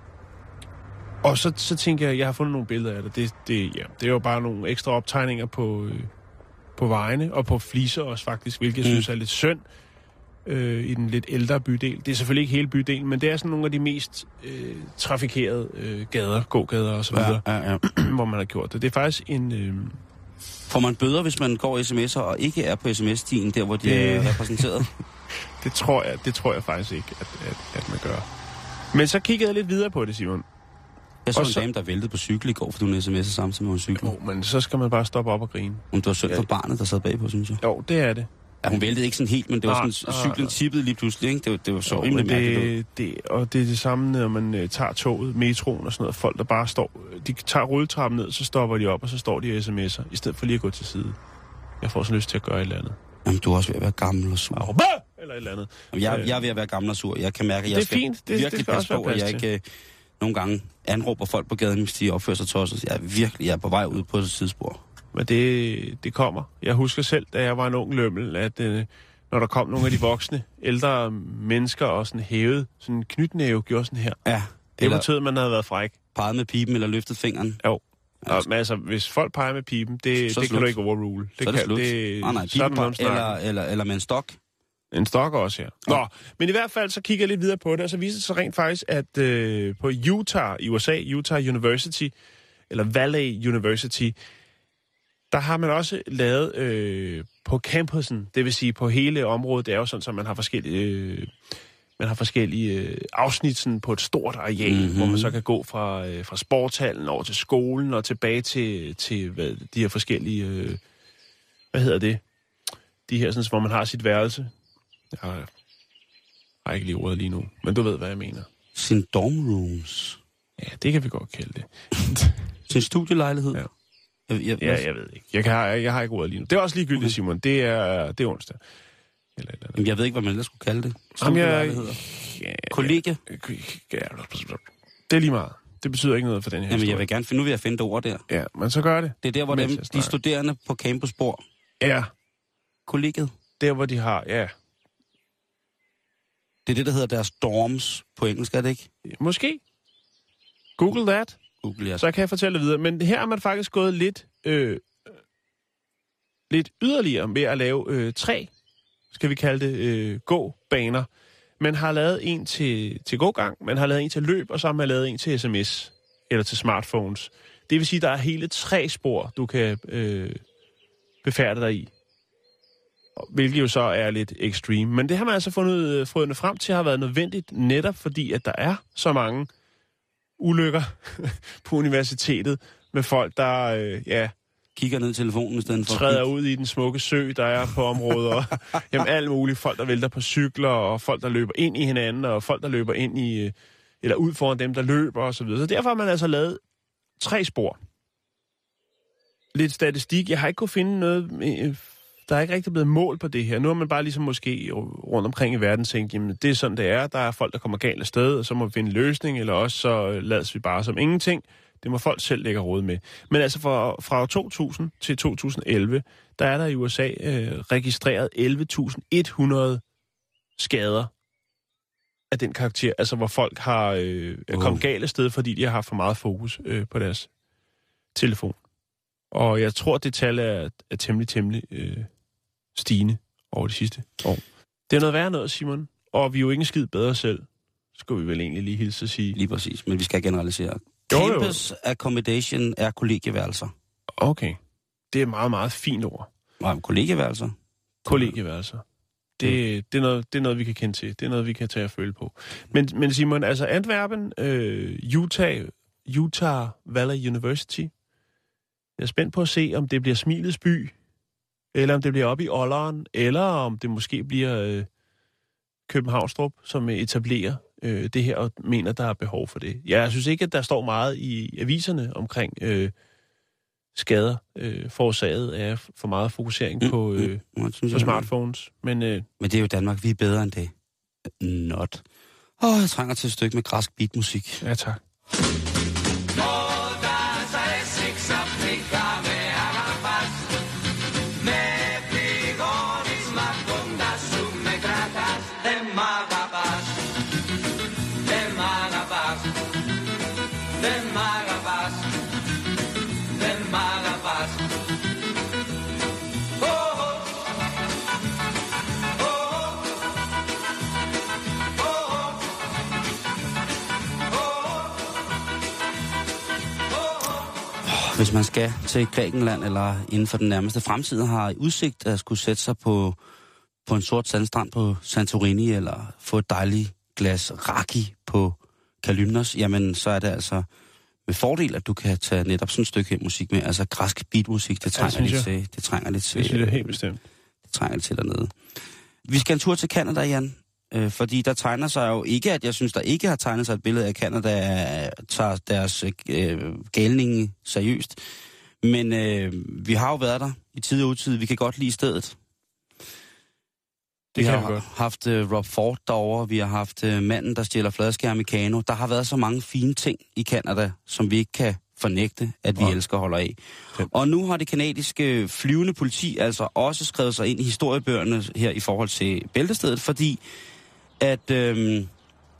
og så, så tænker jeg, jeg har fundet nogle billeder af det. Det, det, ja, det er jo bare nogle ekstra optegninger på, øh, på vejene, og på fliser også faktisk, hvilket jeg mm. synes er lidt synd øh, i den lidt ældre bydel. Det er selvfølgelig ikke hele bydelen, men det er sådan nogle af de mest øh, trafikerede øh, gader, gågader og så videre, ja, ja, ja. hvor man har gjort det. Det er faktisk en... Øh, Får man bøder, hvis man går sms'er og ikke er på sms-stien, der hvor de det, er repræsenteret? det, tror jeg, det tror jeg faktisk ikke, at, at, at man gør. Men så kiggede jeg lidt videre på det, Simon. Jeg så og en så... dame, der væltede på cykel i går, fordi hun sms'ede samtidig med en cykel. Jo, men så skal man bare stoppe op og grine. Om det var synd for barnet, der sad bagpå, synes jeg. Jo, det er det. Ja, hun væltede ikke sådan helt, men det var ah, sådan, cyklen ah, tippede lige pludselig, ikke? Det var, det var så jo, rimelig mærkeligt. Det, og det er det samme, når man uh, tager toget, metroen og sådan noget. Folk, der bare står, de tager rulletrappen ned, så stopper de op, og så står de og sms'er, i stedet for lige at gå til side. Jeg får så lyst til at gøre et eller andet. Jamen, du er også ved at være gammel og sur. Eller et eller andet. Jamen, jeg, jeg er ved at være gammel og sur. Jeg kan mærke, at jeg det er skal fint. Det, virkelig det passe på, at jeg ikke øh, nogle gange anråber folk på gaden, hvis de opfører sig tosset. Jeg er virkelig jeg er på vej ud på et sidespor. Men det, det kommer. Jeg husker selv, da jeg var en ung lømmel, at øh, når der kom nogle af de voksne, ældre mennesker og sådan hævede, sådan en knytnæve gjorde sådan her. Ja. Det betød, at man havde været fræk. Peget med pipen eller løftet fingeren. Jo. Altså. Men altså, hvis folk peger med pipen, det, det kan du ikke overrule. Det så er det kan, slut. Det, ah, nej, pipen eller, eller, eller med en stok. En stok også, ja. Nå, ja. Men i hvert fald, så kigger jeg lidt videre på det, og så viser det sig rent faktisk, at øh, på Utah i U S A, Utah University, eller Valley University, der har man også lavet øh, på campusen, det vil sige på hele området, det er jo sådan, at man har forskellige... Øh, Man har forskellige øh, afsnit sådan, på et stort areal, mm-hmm. hvor man så kan gå fra, øh, fra sportshallen over til skolen og tilbage til, til hvad, de her forskellige... Øh, hvad hedder det? De her, sådan, hvor man har sit værelse. Jeg har, har ikke lige ordet lige nu, men du ved, hvad jeg mener. Sin dorm rooms. Ja, det kan vi godt kalde det. Sin studielejlighed. Ja. Jeg, jeg, Ja, jeg ved ikke. Jeg, kan, jeg, jeg har ikke ordet lige nu. Det er også ligegyldigt, okay. Simon. Det er, det er onsdag. Eller, eller, Jamen, jeg ved ikke, hvad man ellers skulle kalde det. Jamen, jeg... Ja, kollega? Ja, det er lige meget. Det betyder ikke noget for den her Jamen, historie. jeg vil gerne finde ud af at finde det ord der. Ja, men så gør det. Det er der, hvor dem, de studerende på campus bor. Ja. Kollegiet. Der, hvor de har, ja. Det er det, der hedder deres dorms på engelsk, er det ikke? Måske. Google that. Google, ja. Så kan jeg fortælle det videre. Men her er man faktisk gået lidt, øh, lidt yderligere med at lave øh, tre, skal vi kalde det, øh, gå-baner. Man har lavet en til, til gågang, man har lavet en til løb, og så har man lavet en til sms, eller til smartphones. Det vil sige, at der er hele tre spor, du kan øh, befærde dig i. Hvilket jo så er lidt extreme. Men det har man altså fundet frøene frem til, har været nødvendigt, netop fordi, at der er så mange ulykker på universitetet med folk, der øh, ja, kigger ned i telefonen i stedet for træder ud i den smukke sø, der er på områder. Jamen alt muligt. Folk, der vælter på cykler, og folk, der løber ind i hinanden, og folk, der løber ind i, eller ud foran dem, der løber, og så videre. Så derfor har man altså lavet tre spor. Lidt statistik. Jeg har ikke kunnet finde noget... Der er ikke rigtig blevet mål på det her. Nu har man bare ligesom måske rundt omkring i verden tænkt, jamen det er sådan, det er. Der er folk, der kommer galt af sted, og så må vi finde en løsning, eller også så lades vi bare som ingenting. Det må folk selv lægge råd med. Men altså fra, fra to tusind til to tusind og elleve, der er der i U S A øh, registreret elleve tusind et hundrede skader af den karakter. Altså hvor folk har øh, er kommet galt af sted, fordi de har haft for meget fokus øh, på deres telefon. Og jeg tror, det tal er, er temmelig, temmelig øh, stigende over de sidste år. Det er noget værre noget, Simon. Og vi er jo ikke en skid bedre selv, skulle vi vel egentlig lige hilse at sige. Lige præcis, men vi skal generalisere. Jo, Campus accommodation er kollegieværelser. Okay. Det er et meget, meget fint ord. Nej, kollegieværelser. Kollegieværelser. Det, det, er noget, det er noget, vi kan kende til. Det er noget, vi kan tage og føle på. Men, men Simon, altså Antwerpen, øh, Utah, Utah Valley University. Jeg er spændt på at se, om det bliver Smilets by, eller om det bliver oppe i Olderen, eller om det måske bliver øh, Københavnstrup, som etablerer øh, det her og mener, der er behov for det. Ja, jeg synes ikke, at der står meget i aviserne omkring øh, skader øh, forårsaget af for meget fokusering mm, på, øh, mm, synes, på smartphones. Men, øh, Men det er jo Danmark, vi er bedre end det. Not. Åh, oh, jeg trænger til et stykke med græsk beatmusik. Ja, tak. Hvis man skal til Grækenland, eller inden for den nærmeste fremtid, har udsigt at skulle sætte sig på, på en sort sandstrand på Santorini, eller få et dejligt glas raki på Kalymnos, jamen så er det altså med fordel, at du kan tage netop sådan et stykke musik med. Altså græsk beatmusik, det trænger, ja, lidt, til, det trænger lidt til. Det synes jeg helt bestemt. Det trænger lidt til dernede. Vi skal en tur til Canada, Jan. Øh, fordi der tegner sig jo ikke, at jeg synes, der ikke har tegnet sig et billede af Canada, der tager deres øh, galning seriøst. Men øh, vi har jo været der i tid og utid. Vi kan godt lide stedet. Det vi kan har vi godt. haft uh, Rob Ford derovre. Vi har haft uh, manden, der stjæler fladskærm i Kano. Der har været så mange fine ting i Canada, som vi ikke kan fornægte, at vi ja. elsker og holder af. Ja. Og nu har det kanadiske flyvende politi altså også skrevet sig ind i historiebøgerne her i forhold til bæltestedet, fordi at øhm,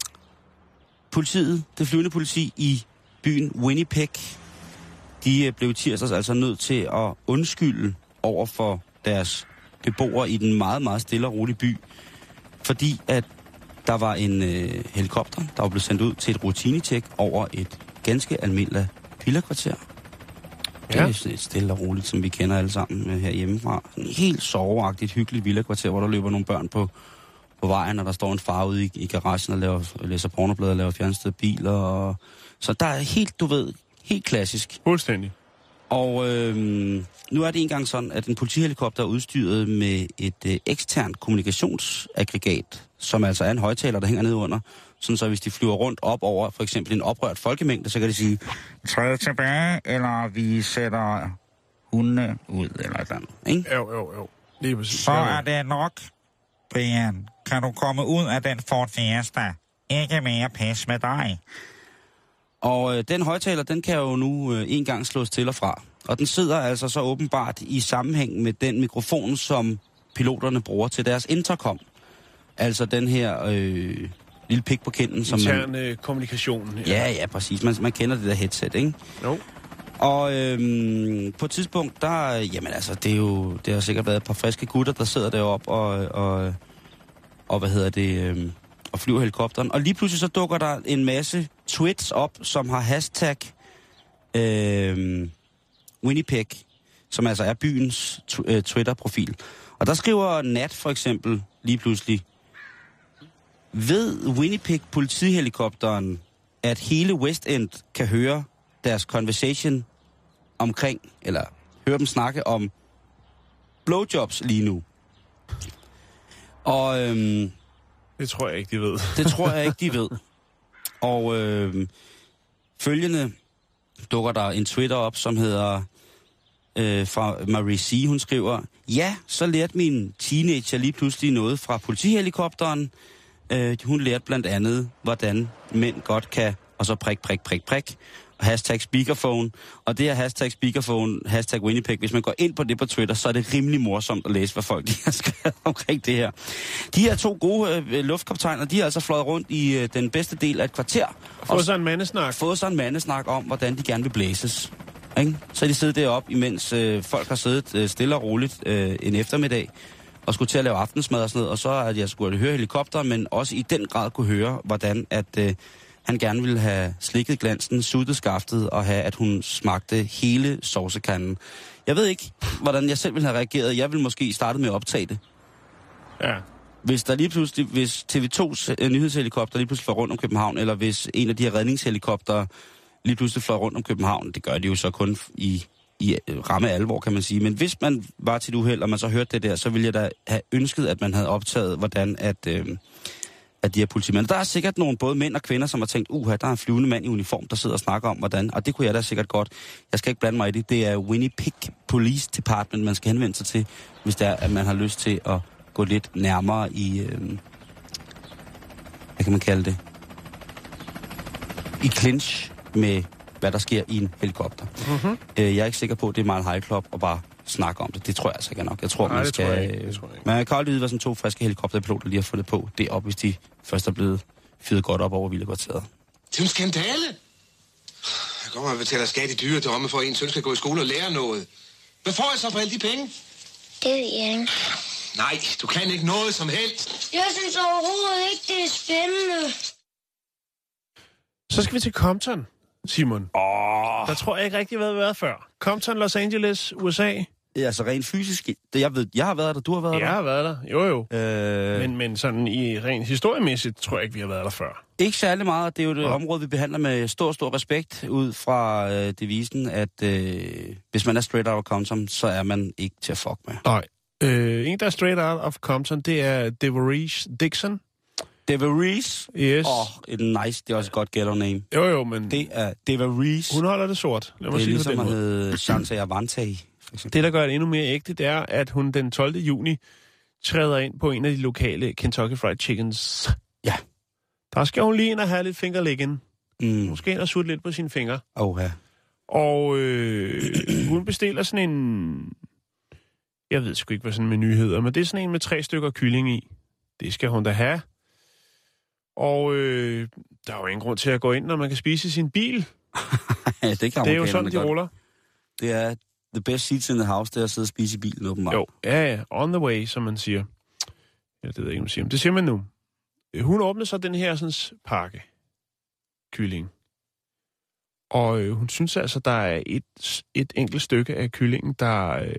politiet, det flyvende politi i byen Winnipeg, de blev tirsdags altså nødt til at undskylde over for deres beboere i den meget, meget stille og rolige by, fordi at der var en øh, helikopter, der var blevet sendt ud til et rutinetjek over et ganske almindeligt villakvarter. Ja. Det er et stille og roligt, som vi kender alle sammen herhjemmefra. En helt soveagtigt, hyggeligt villakvarter, hvor der løber nogle børn på, på vejen, og der står en far ude i, i garagen og laver, læser pornoblade og laver fjernstede biler. Og... Så der er helt, du ved, helt klassisk. Fuldstændig. Og øh, nu er det engang sådan, at en politihelikopter er udstyret med et øh, eksternt kommunikationsaggregat, som altså er en højtaler, der hænger ned under. Sådan så hvis de flyver rundt op over for eksempel en oprørt folkemængde, så kan de sige, træd tilbage, eller vi sætter hundene ud, eller et andet, ikke? Jo, jo, jo. Lige præcis. Så er det nok, Brian. Kan du komme ud af den Ford Fiesta? Ikke mere pis med dig. Og øh, den højtaler, den kan jo nu øh, en gang slås til og fra. Og den sidder altså så åbenbart i sammenhæng med den mikrofon, som piloterne bruger til deres intercom. Altså den her øh, lille pik på kinden. Som intern man, øh, kommunikation. Ja, ja, ja, præcis. Man, man kender det der headset, ikke? Jo. Og øhm, på et tidspunkt, der, jamen altså, det er jo, det har sikkert været et par friske gutter, der sidder deroppe og, og, og hvad hedder det, øhm, og flyver helikopteren. Og lige pludselig så dukker der en masse tweets op, som har hashtag øhm, Winnipeg, som altså er byens t- øh, Twitter-profil. Og der skriver Nat for eksempel lige pludselig, ved Winnipeg politihelikopteren, at hele West End kan høre deres conversation omkring, eller høre dem snakke om blowjobs lige nu. Og øhm, det tror jeg ikke, de ved. Det tror jeg ikke, de ved. Og øhm, følgende dukker der en Twitter op, som hedder øh, fra Marie C. Hun skriver, ja, så lærte min teenager lige pludselig noget fra politihelikopteren. Øh, hun lærte blandt andet, hvordan mænd godt kan, og så prik, prik, prik, prik, og hashtag speakerphone. Og det her hashtag speakerphone, hashtag Winnipeg, hvis man går ind på det på Twitter, så er det rimelig morsomt at læse, hvad folk de har skrevet omkring det her. De her to gode øh, luftkaptajner, de har altså fløjet rundt i øh, den bedste del af et kvarter. Og fået sig en mandesnak. Fået sig en mandesnak om, hvordan de gerne vil blæses. Ikke? Så er de siddet deroppe, imens øh, folk har siddet øh, stille og roligt øh, en eftermiddag, og skulle til at lave aftensmad og sådan noget, og så at jeg skulle høre helikopter, men også i den grad kunne høre, hvordan at øh, han gerne ville have slikket glansen, suttet skaftet, og have, at hun smagte hele sovsekanden. Jeg ved ikke, hvordan jeg selv ville have reageret. Jeg ville måske starte med at optage det. Ja. Hvis der lige pludselig, hvis T V to's øh, nyhedshelikopter lige pludselig flår rundt om København, eller hvis en af de her redningshelikopter lige pludselig flår rundt om København, det gør de jo så kun i i ramme alvor, kan man sige. Men hvis man var til et uheld, og man så hørte det der, så ville jeg da have ønsket, at man havde optaget, hvordan at, øh, at de her politimænd. Der er sikkert nogle både mænd og kvinder, som har tænkt, uha, der er en flyvende mand i uniform, der sidder og snakker om, hvordan. Og det kunne jeg da sikkert godt. Jeg skal ikke blande mig i det. Det er Winnipeg Police Department, man skal henvende sig til, hvis det er, at man har lyst til at gå lidt nærmere i, øh, hvad kan man kalde det? I clinch med hvad der sker i en helikopter. Mm-hmm. Øh, jeg er ikke sikker på, at det er meget high club at bare snakke om det. Det tror jeg altså ikke nok. Jeg tror, Nej, man det skal... Tror jeg ikke. Det tror jeg ikke. Man kan aldrig vide, hvad sådan to friske helikopterpiloter lige har fundet på. Det er op, hvis de først er blevet fyret godt op over Vildekvarteret. Det er en skandale. Jeg kommer og betaler skat i dyredomme for, at en søn skal gå i skole og lære noget. Hvad får jeg så for alle de penge? Det ved jeg ikke. Nej, du kan ikke noget som helst. Jeg synes overhovedet ikke, det er spændende. Så skal vi til Compton, Simon. Oh. Der tror jeg ikke rigtig, hvad vi har været før. Compton, Los Angeles, U S A. Det er altså rent fysisk. Det, jeg ved, jeg har været der, du har været der. Jeg har været der, jo jo. Øh... Men, men sådan i rent historiemæssigt, tror jeg ikke, vi har været der før. Ikke særlig meget. Det er jo det ja. område, vi behandler med stor, stor respekt ud fra øh, devisen, at øh, hvis man er straight out of Compton, så er man ikke til at fuck med. Nej. Øh, en, der er straight out of Compton, det er Devereaux Dixon. Devereaux? Yes. Åh, oh, et nice, det er også et godt ghetto name. Jo jo, men... Det er Devereaux. Hun holder det sort. Lad mig det er sige ligesom det at hedde Chance Avante. Det, der gør det endnu mere ægte, det er, at hun den tolvte juni træder ind på en af de lokale Kentucky Fried Chickens. Ja. Der skal hun lige ind og have lidt fingerlæggen. Mm. Måske ind og sutte lidt på sine fingre. Åh, ja. Og øh, hun bestiller sådan en... Jeg ved sgu ikke, hvad sådan en menu hedder, men det er sådan en med tre stykker kylling i. Det skal hun da have. Og øh, der er jo ingen grund til at gå ind, når man kan spise i sin bil. Ja, det, kan det er jo sådan, de godt. ruller. Det er the best seats in the house, det er at sidde og spise i bilen, åbenbart. Jo, ja, ja. On the way, som man siger. Ja, det ved jeg ikke, man siger. Men det siger man nu. Hun åbner så den her sådan, pakke. Kylling. Og øh, hun synes altså, der er et, et enkelt stykke af kyllingen, der... Øh,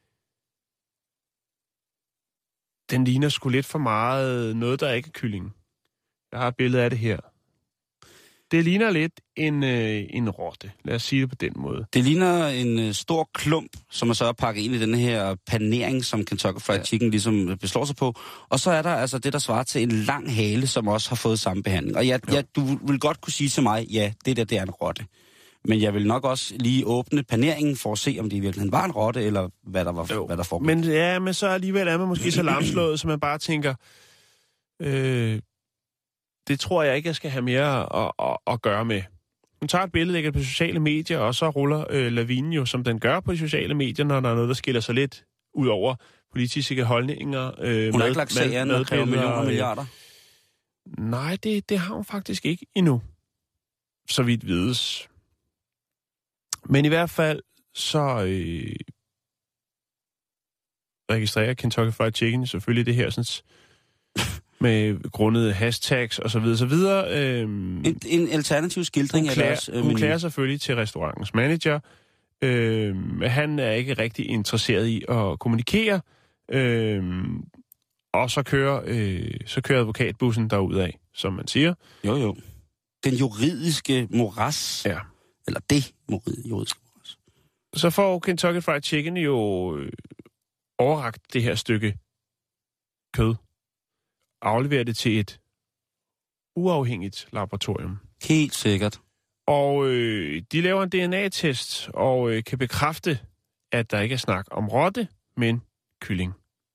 den ligner sgu lidt for meget noget, der ikke er kylling. Jeg har et billede af det her. Det ligner lidt en, øh, en rotte. Lad os sige det på den måde. Det ligner en øh, stor klump, som man så er pakket ind i den her panering, som Kentucky Fried Chicken ligesom beslår sig på. Og så er der altså det, der svarer til en lang hale, som også har fået samme behandling. Og ja, ja, du vil godt kunne sige til mig, ja, det der, det er en rotte. Men jeg vil nok også lige åbne paneringen for at se, om det i virkeligheden var en rotte, eller hvad der, var, hvad der foregik. Men ja, men så alligevel er man måske så lamslået, så man bare tænker, øh, det tror jeg ikke, jeg skal have mere at, at, at gøre med. Man tager et billede, lægger det på sociale medier, og så ruller øh, lavinen jo, som den gør på de sociale medier, når der er noget, der skiller sig lidt ud over politiske holdninger. Øh, hun har ikke lagt sagen og kræver millioner og milliarder? Nej, det, det har hun faktisk ikke endnu, så vidt vides. Men i hvert fald, så øh, registrerer Kentucky Fried Chicken selvfølgelig det her, sådan, med grundede hashtags og så videre, så videre. Øh, en, en alternativ skildring hun af klager, deres øh, Hun klager selvfølgelig til restaurantens manager. Øh, han er ikke rigtig interesseret i at kommunikere. Øh, og så kører, øh, så kører advokatbussen derudad, som man siger. Jo, jo. Den juridiske moras. Ja. Eller det juridiske moras. Så får Kentucky Fried Chicken jo øh, overrakt det her stykke kød. Afleverer det til et uafhængigt laboratorium. Helt sikkert. Og øh, de laver en D N A-test og øh, kan bekræfte, at der ikke er snak om rotte, men kylling.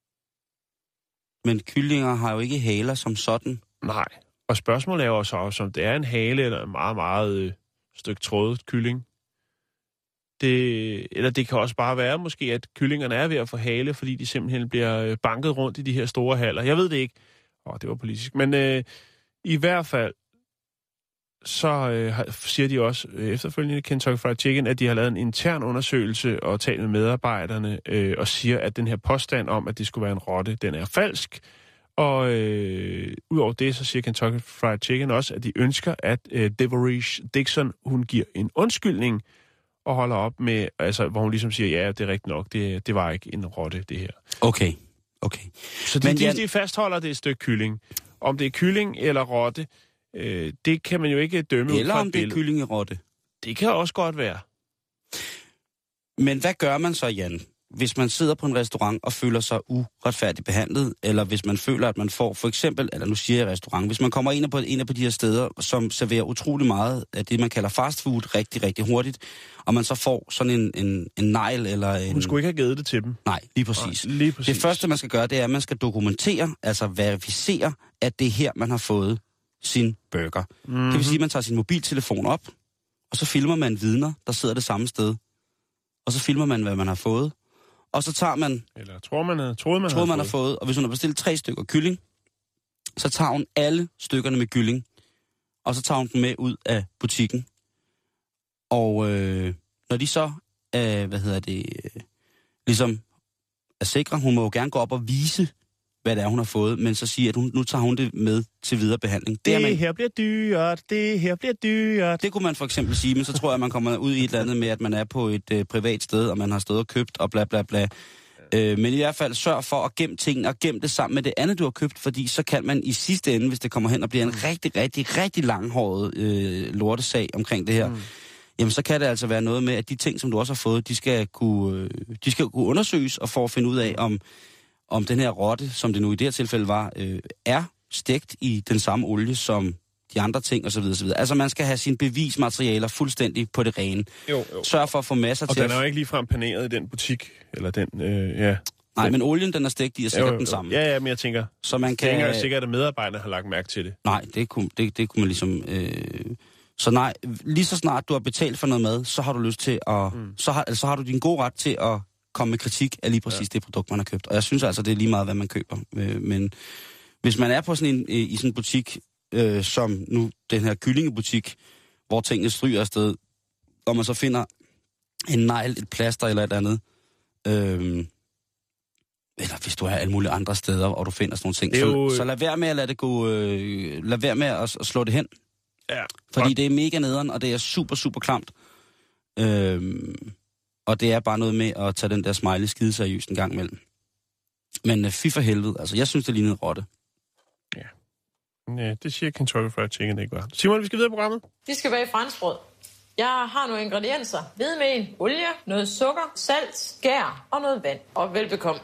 Men kyllinger har jo ikke haler som sådan. Nej. Og spørgsmålet er jo så også, om det er en hale eller en meget, meget øh, stykke trådet kylling. Det, eller det kan også bare være måske, at kyllingerne er ved at få hale, fordi de simpelthen bliver banket rundt i de her store haler. Jeg ved det ikke. Åh, det var politisk. Men øh, i hvert fald, så øh, siger de også øh, efterfølgende Kentucky Fried Chicken, at de har lavet en intern undersøgelse og talt med medarbejderne øh, og siger, at den her påstand om, at det skulle være en rotte, den er falsk. Og øh, udover det, så siger Kentucky Fried Chicken også, at de ønsker, at øh, Devorish Dixon, hun giver en undskyldning og holder op med, altså, hvor hun ligesom siger, ja, det er rigtigt nok, det, det var ikke en rotte, det her. Okay, okay. Så de, Men de, jeg... de fastholder det et stykke kylling. Om det er kylling eller rotte, øh, det kan man jo ikke dømme ud fra et Eller om det er billede. kylling i rotte. Det kan også godt være. Men hvad gør man så, Jan, hvis man sidder på en restaurant og føler sig uretfærdigt behandlet, eller hvis man føler, at man får for eksempel, eller nu siger jeg restaurant, hvis man kommer ind på en af de her steder, som serverer utrolig meget af det, man kalder fast food, rigtig, rigtig hurtigt, og man så får sådan en, en, en negl eller en... Hun skulle ikke have givet det til dem. Nej, lige præcis. Nej, lige præcis. Det første, man skal gøre, det er, at man skal dokumentere, altså verificere, at det er her, man har fået sin burger. Mm-hmm. Det vil sige, at man tager sin mobiltelefon op, og så filmer man vidner, der sidder det samme sted. Og så filmer man, hvad man har fået. Og så tager man... Eller tror man, havde, troede man, tror, havde man fået. har fået. Og hvis hun har bestilt tre stykker kylling, så tager hun alle stykkerne med kylling. Og så tager hun dem med ud af butikken. Og øh, når de så, øh, hvad hedder det, øh, ligesom er sikre, hun må jo gerne gå op og vise, hvad det er, hun har fået, men så siger, at hun, nu tager hun det med til videre behandling. Det, det man, her bliver dyrt, det her bliver dyrt. Det kunne man for eksempel sige, men så tror jeg, at man kommer ud i et eller andet med, at man er på et øh, privat sted, og man har stået og købt, og bla bla bla. Øh, men i hvert fald sørg for at gemme tingene, og gemme det sammen med det andet, du har købt, fordi så kan man i sidste ende, hvis det kommer hen og bliver en rigtig, rigtig, rigtig langhåret øh, lortesag omkring det her, mm. jamen så kan det altså være noget med, at de ting, som du også har fået, de skal kunne, øh, de skal kunne undersøges, og for at finde ud af, om om den her rotte, som det nu i det her tilfælde var, øh, er stegt i den samme olie som de andre ting osv. osv. Altså man skal have sine bevismaterialer fuldstændig på det rene. Jo, jo. Sørg for at få masser og til... Og den er jo ikke ligefrem paneret i den butik, eller den, øh, ja... Nej, men olien, den er stegt i, er sikkert jo, jo. den samme. Ja, ja, men jeg tænker, så man kan... tænker sikkert, at medarbejderne har lagt mærke til det. Nej, det kunne, det, det kunne man ligesom... Øh... Så nej, lige så snart du har betalt for noget mad, så har du lyst til at... Mm. Så, har, så har du din gode ret til at komme med kritik af lige præcis ja. det produkt, man har købt. Og jeg synes altså, det er lige meget, hvad man køber. Men hvis man er på sådan en, i sådan en butik, øh, som nu den her kyllingebutik, hvor tingene stryger afsted, og man så finder en negl, et plaster eller et andet, øh, eller hvis du er alle mulige andre steder, og du finder sådan nogle ting, jo... så, så lad være med at lade det gå, øh, lad være med at, at slå det hen. Ja. Fordi og... det er mega nederen, og det er super, super klamt. Øh, Og det er bare noget med at tage den der smiley skide seriøst en gang imellem. Men uh, fy for helvede, altså jeg synes, det lignede rotte. Ja. Ja, det siger Kentucky Fried Chicken ikke var. Simon, vi skal videre i programmet. Vi skal bage franskbrød. Jeg har nogle ingredienser. Hvidmel, olie, noget sukker, salt, skær og noget vand. Og velbekomme.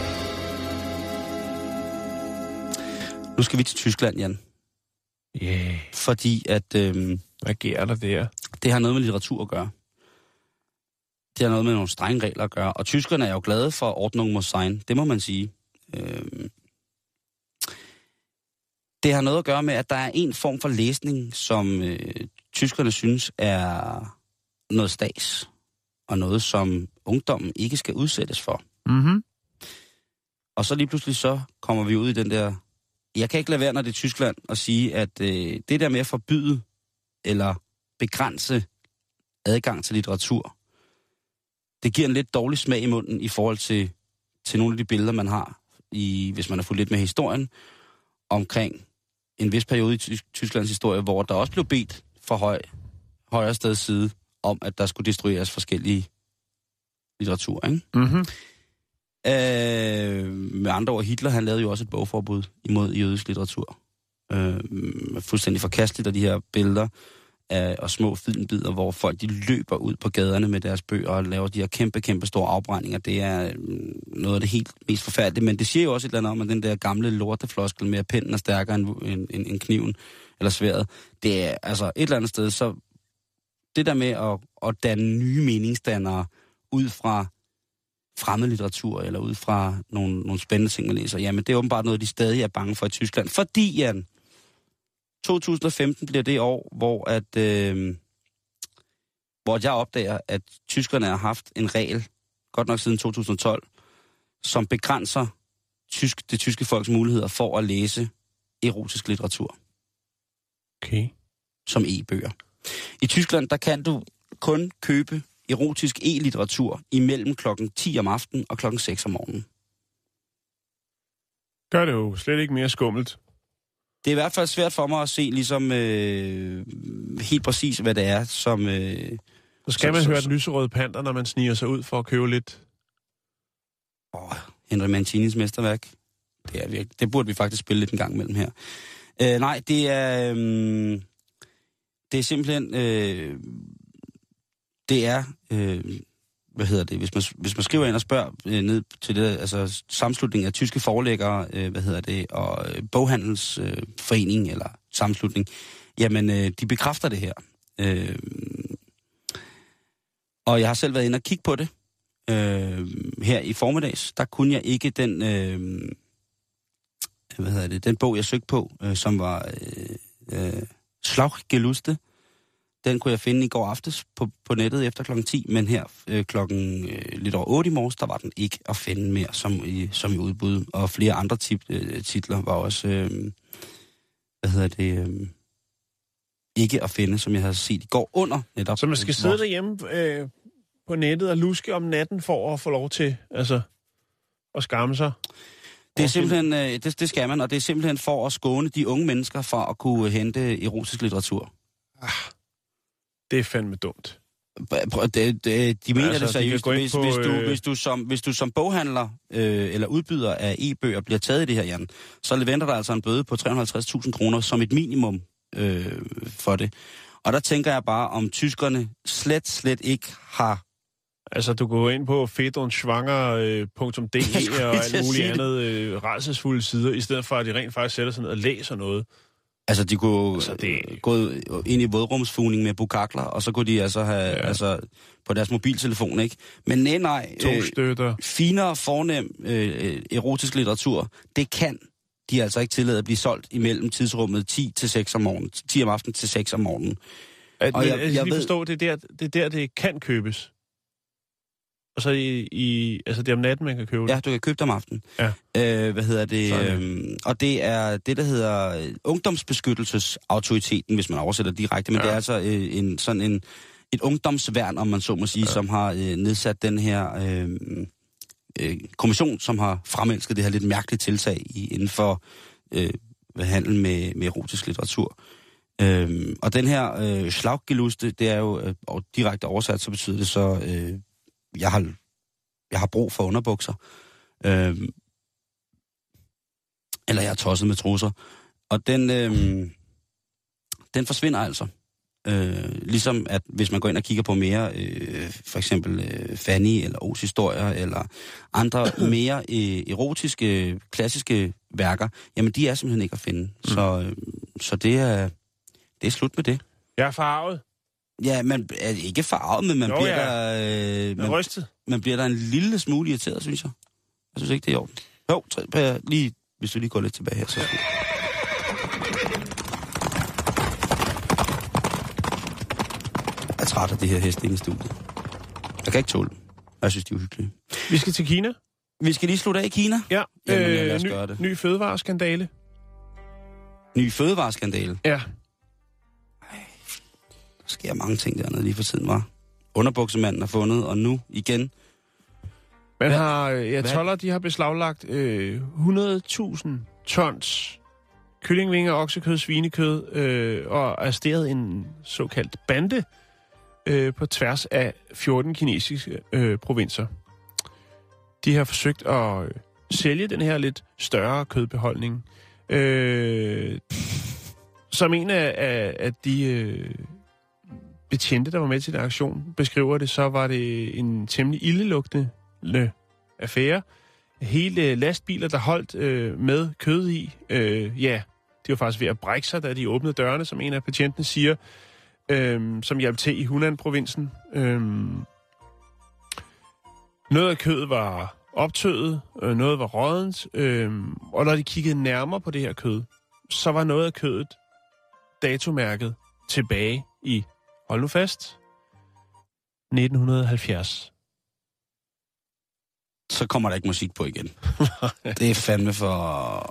Nu skal vi til Tyskland, Jan. Yeah. Fordi at... Øhm, Hvad sker der der? det har noget med litteratur at gøre. Det har noget med nogle strenge regler at gøre. Og tyskerne er jo glade for Ordnung muss sein. Det må man sige. Øhm. Det har noget at gøre med, at der er en form for læsning, som øh, tyskerne synes er noget stads. Og noget, som ungdommen ikke skal udsættes for. Mhm. Og så lige pludselig så kommer vi ud i den der... Jeg kan ikke lade være, når det er Tyskland, at sige, at øh, det der med at forbyde eller begrænse adgang til litteratur, det giver en lidt dårlig smag i munden i forhold til, til nogle af de billeder, man har, i, hvis man har fulgt lidt med historien, omkring en vis periode i Tysk- Tysklands historie, hvor der også blev bedt fra høj, højre steds side om, at der skulle destrueres forskellige litteratur, ikke? Mhm. Øh, med andre ord, Hitler, han lavede jo også et bogforbud imod jødisk litteratur. Øh, fuldstændig forkasteligt af de her billeder af, og små filmbidder, hvor folk de løber ud på gaderne med deres bøger og laver de her kæmpe, kæmpe store afbrændinger. Det er noget af det helt mest forfærdelige, men det siger jo også et eller andet om, at den der gamle lortefloskel med, at pennen er stærkere end, end, end, end kniven eller sværdet, det er altså et eller andet sted, så det der med at, at danne nye meningsdannere ud fra fremmed litteratur, eller ud fra nogle, nogle spændende ting, man læser. Jamen, det er åbenbart noget, de stadig er bange for i Tyskland. Fordi, Jan, to tusind og femten bliver det år, hvor, at, øh, hvor jeg opdager, at tyskerne har haft en regel, godt nok siden to tusind og tolv, som begrænser tysk, det tyske folks muligheder for at læse erotisk litteratur. Okay. Som e-bøger. I Tyskland, der kan du kun købe erotisk e-litteratur imellem klokken ti om aftenen og klokken seks om morgenen. Gør det jo slet ikke mere skummelt. Det er i hvert fald svært for mig at se ligesom øh, helt præcis, hvad det er, som... Øh, så skal så, man så, høre så, den lyserøde panter, når man sniger sig ud for at købe lidt... Åh, Henry Mancinis mesterværk. Det, er virkelig, det burde vi faktisk spille lidt en gang imellem her. Øh, nej, det er... Øh, det er simpelthen... Øh, det er... Øh, hvad hedder det? Hvis man, hvis man skriver ind og spørger øh, ned til det, altså sammenslutning af tyske forlæggere, øh, hvad hedder det, og øh, boghandelsforening øh, eller sammenslutning, jamen øh, de bekræfter det her. Øh, og jeg har selv været inde og kigge på det. Øh, her i formiddags, der kunne jeg ikke den, øh, hvad hedder det, den bog, jeg søgte på, øh, som var øh, øh, Schlauchgeluste. Den kunne jeg finde i går aftes på, på nettet efter klokken ti, men her øh, klokken øh, lidt over otte i morges, der var den ikke at finde mere som i, som i udbud. Og flere andre tip, øh, titler var også, øh, hvad hedder det, øh, ikke at finde, som jeg havde set i går under netop. Så man skal sidde derhjemme øh, på nettet og luske om natten for at få lov til altså, at skamme sig? Det er simpelthen, øh, det, det skal man, og det er simpelthen for at skåne de unge mennesker fra at kunne hente erotisk litteratur. Ah. Det er fandme dumt. Det, det, de mener altså, det seriøst. De hvis, på, hvis, du, øh... hvis, du som, hvis du som boghandler øh, eller udbyder af e-bøger bliver taget i det her, Jan, så venter der altså en bøde på tre hundrede og halvtreds tusind kroner som et minimum øh, for det. Og der tænker jeg bare, om tyskerne slet, slet ikke har... Altså, du går ind på fedonsschwanger punktum d e og alt muligt andet øh, rædselsfulde sider, i stedet for, at de rent faktisk sætter sig ned og læser noget. Altså, de kunne altså, det... gå ind i vådrumsfugning med bukakler, og så kunne de altså have ja. altså, på deres mobiltelefon, ikke? Men nej, nej. To støtter. Øh, finere, fornem øh, erotisk litteratur, det kan de altså ikke tillade at blive solgt imellem tidsrummet ti til seks om morgenen. ti om aftenen til seks om morgenen. At, og men, jeg, jeg, jeg lige ved... forstå, det er, der, det er der, det kan købes. Og så i, i, altså det er om natten, man kan købe det? Ja, du kan købe det om aftenen. Ja. Øh, hvad hedder det? Øhm, og det er det, der hedder ungdomsbeskyttelsesautoriteten, hvis man oversætter direkte. Men ja. Det er altså øh, en, sådan en, et ungdomsværn, om man så må sige, ja. Som har øh, nedsat den her øh, øh, kommission, som har fremelsket det her lidt mærkelige tiltag i, inden for øh, handel med, med erotisk litteratur. Øh, og den her øh, Schlauchgeluste, det er jo øh, og direkte oversat, så betyder det så... Øh, Jeg har, jeg har brug for underbukser. Øhm, eller jeg er tosset med trusser. Og den, øhm, den forsvinder altså. Øh, ligesom at hvis man går ind og kigger på mere, øh, for eksempel øh, Fanny eller O's historier, eller andre mere øh, erotiske, klassiske værker, jamen de er simpelthen ikke at finde. Mm. Så, øh, så det, er, det er slut med det. Jeg er farvet. Ja, man er ikke farvet, men man jo, bliver ja. der... Øh, man, rystet. Man bliver der en lille smule irriteret, synes jeg. Jeg synes ikke, det er i orden. Jo, tre, lige, hvis du lige går lidt tilbage her, så... Jeg er træt af det her heste inde i studiet. Jeg kan ikke tåle dem. Jeg synes, de er uhyggelige. Vi skal til Kina. Vi skal lige slutte af i Kina? Ja, Jamen, lad os øh, ny, gøre det. ny fødevareskandale. Ny fødevareskandale? Ja. Ej, der sker mange ting dernede lige for tiden, var. Underbuksemanden er fundet, og nu igen... Man har, ja, toldere, de har beslaglagt øh, hundrede tusind tons kyllingvinger, oksekød, svinekød øh, og arresteret en såkaldt bande øh, på tværs af fjorten kinesiske øh, provinser. De har forsøgt at øh, sælge den her lidt større kødbeholdning. Øh, som en af, af, af de øh, betjente, der var med til den aktion, beskriver det, så var det en temmelig ildelugtende affære. Hele lastbiler, der holdt øh, med kød i, øh, ja, de var faktisk ved at brække sig, da de åbnede dørene, som en af patienterne siger, øh, som hjalp til i Hunan-provinsen. Øh, noget af kødet var optøet, øh, noget var råddent, øh, og når de kiggede nærmere på det her kød, så var noget af kødet datomærket tilbage i, hold nu fast, nitten halvfjerds. Så kommer der ikke musik på igen. Det er fandme for...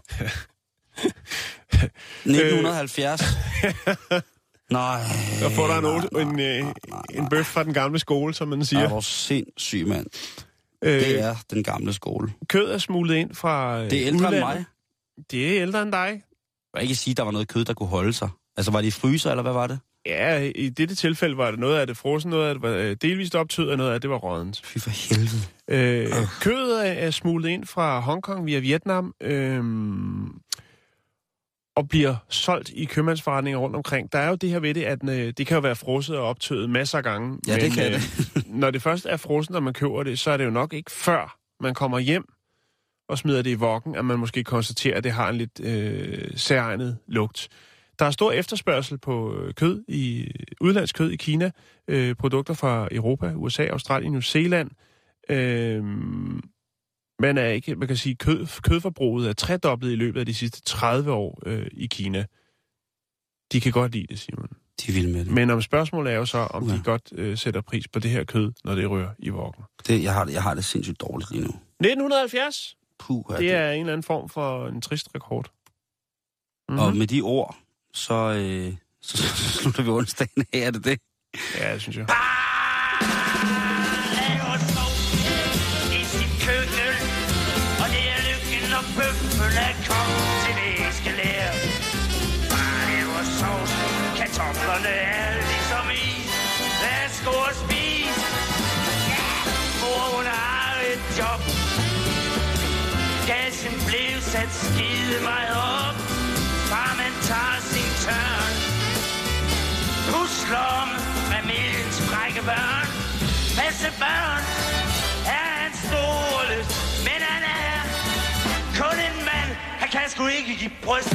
nitten halvfjerds. Nej. Der får der en, en, en, en bøf fra den gamle skole, som man siger. Det er sindssyg, mand. Øh, det er den gamle skole. Kød er smuglet ind fra Det er ældre udlandet. end mig. Det er ældre end dig. Jeg vil ikke sige, at der var noget kød, der kunne holde sig. Altså, var det i fryser, eller hvad var det? Ja, i dette tilfælde var det noget af det frossen, noget af det var delvist optøet, og noget af det var råddent. Fy for helvede. Øh, øh. Kødet er, er smuglet ind fra Hongkong via Vietnam, øh, og bliver solgt i købmandsforretninger rundt omkring. Der er jo det her ved det, at øh, det kan jo være frosset og optøet masser af gange. Ja, men, det kan øh, det. Når det først er frossen, når man køber det, så er det jo nok ikke før man kommer hjem og smider det i vokken, at man måske konstaterer, at det har en lidt øh, særegnet lugt. Der er stor efterspørgsel på kød i udlandsk kød i Kina, øh, produkter fra Europa, U S A, Australien, New Zealand. Øh, man er ikke, man kan sige, kød, kødforbruget er tredoblet i løbet af de sidste tredive år øh, i Kina. De kan godt lide det, Simon. De vil med det. Men om spørgsmålet er jo så, om ja. de godt øh, sætter pris på det her kød, når det rører i vokken. Det, jeg, har, jeg har det sindssygt dårligt lige nu. nitten halvfjerds? Puh, er det, det er en eller anden form for en trist rekord. Mm-hmm. Og med de ord, så, øh, så, så slutter vi onsdagen af, er det det? Ja, det synes jeg. Laver sovsen i sit køkken, og det er lykken, når bøffen er kommet til væskelære. Bare laver sovsen, kartoflerne er ligesom i. Værsgo og spis. Ja, mor, hun har et job. Gassen blev sat skide meget op. Far, man tager sin tørn. Puslom med millens frække børn. Masse børn er hans stole, men han er kun en mand. Han kan sgu ikke give bryst.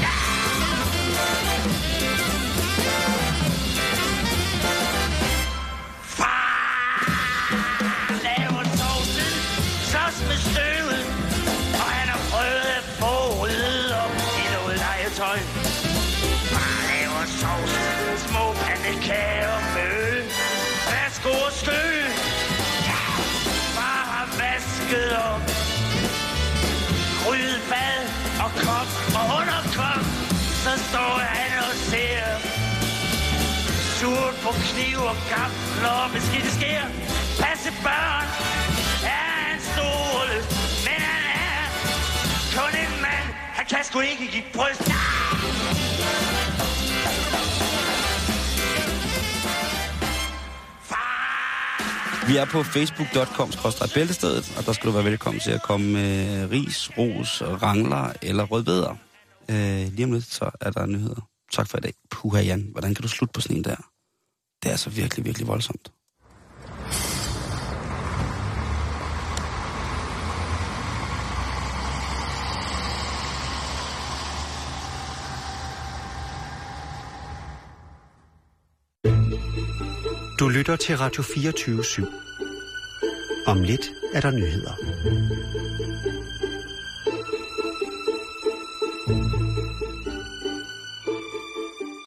Far laver sovsen, slås med støvet, og han har prøvet at få ryddet op i noget legetøj. Far laver sovsen, små pandekager og møl. Værsgo og skøl. Ja, far har vasket op. Gryde, bad og kop og underkop. Så står han og ser. Surt på kniv og gaffel og beskidte skær. Passe børn er hans stole, men han er kun en mand. Han kan sgu ikke give bryst. Vi er på facebook punktum com skråstreg bæltestedet, og der skal du være velkommen til at komme med ris, ros, rangler eller rødbeder. Øh, lige om lidt, så er der nyheder. Tak for i dag. Puha Jan, hvordan kan du slutte på sådan en der? Det er så virkelig, virkelig voldsomt. Du lytter til Radio fireogtyve syv. Om lidt er der nyheder.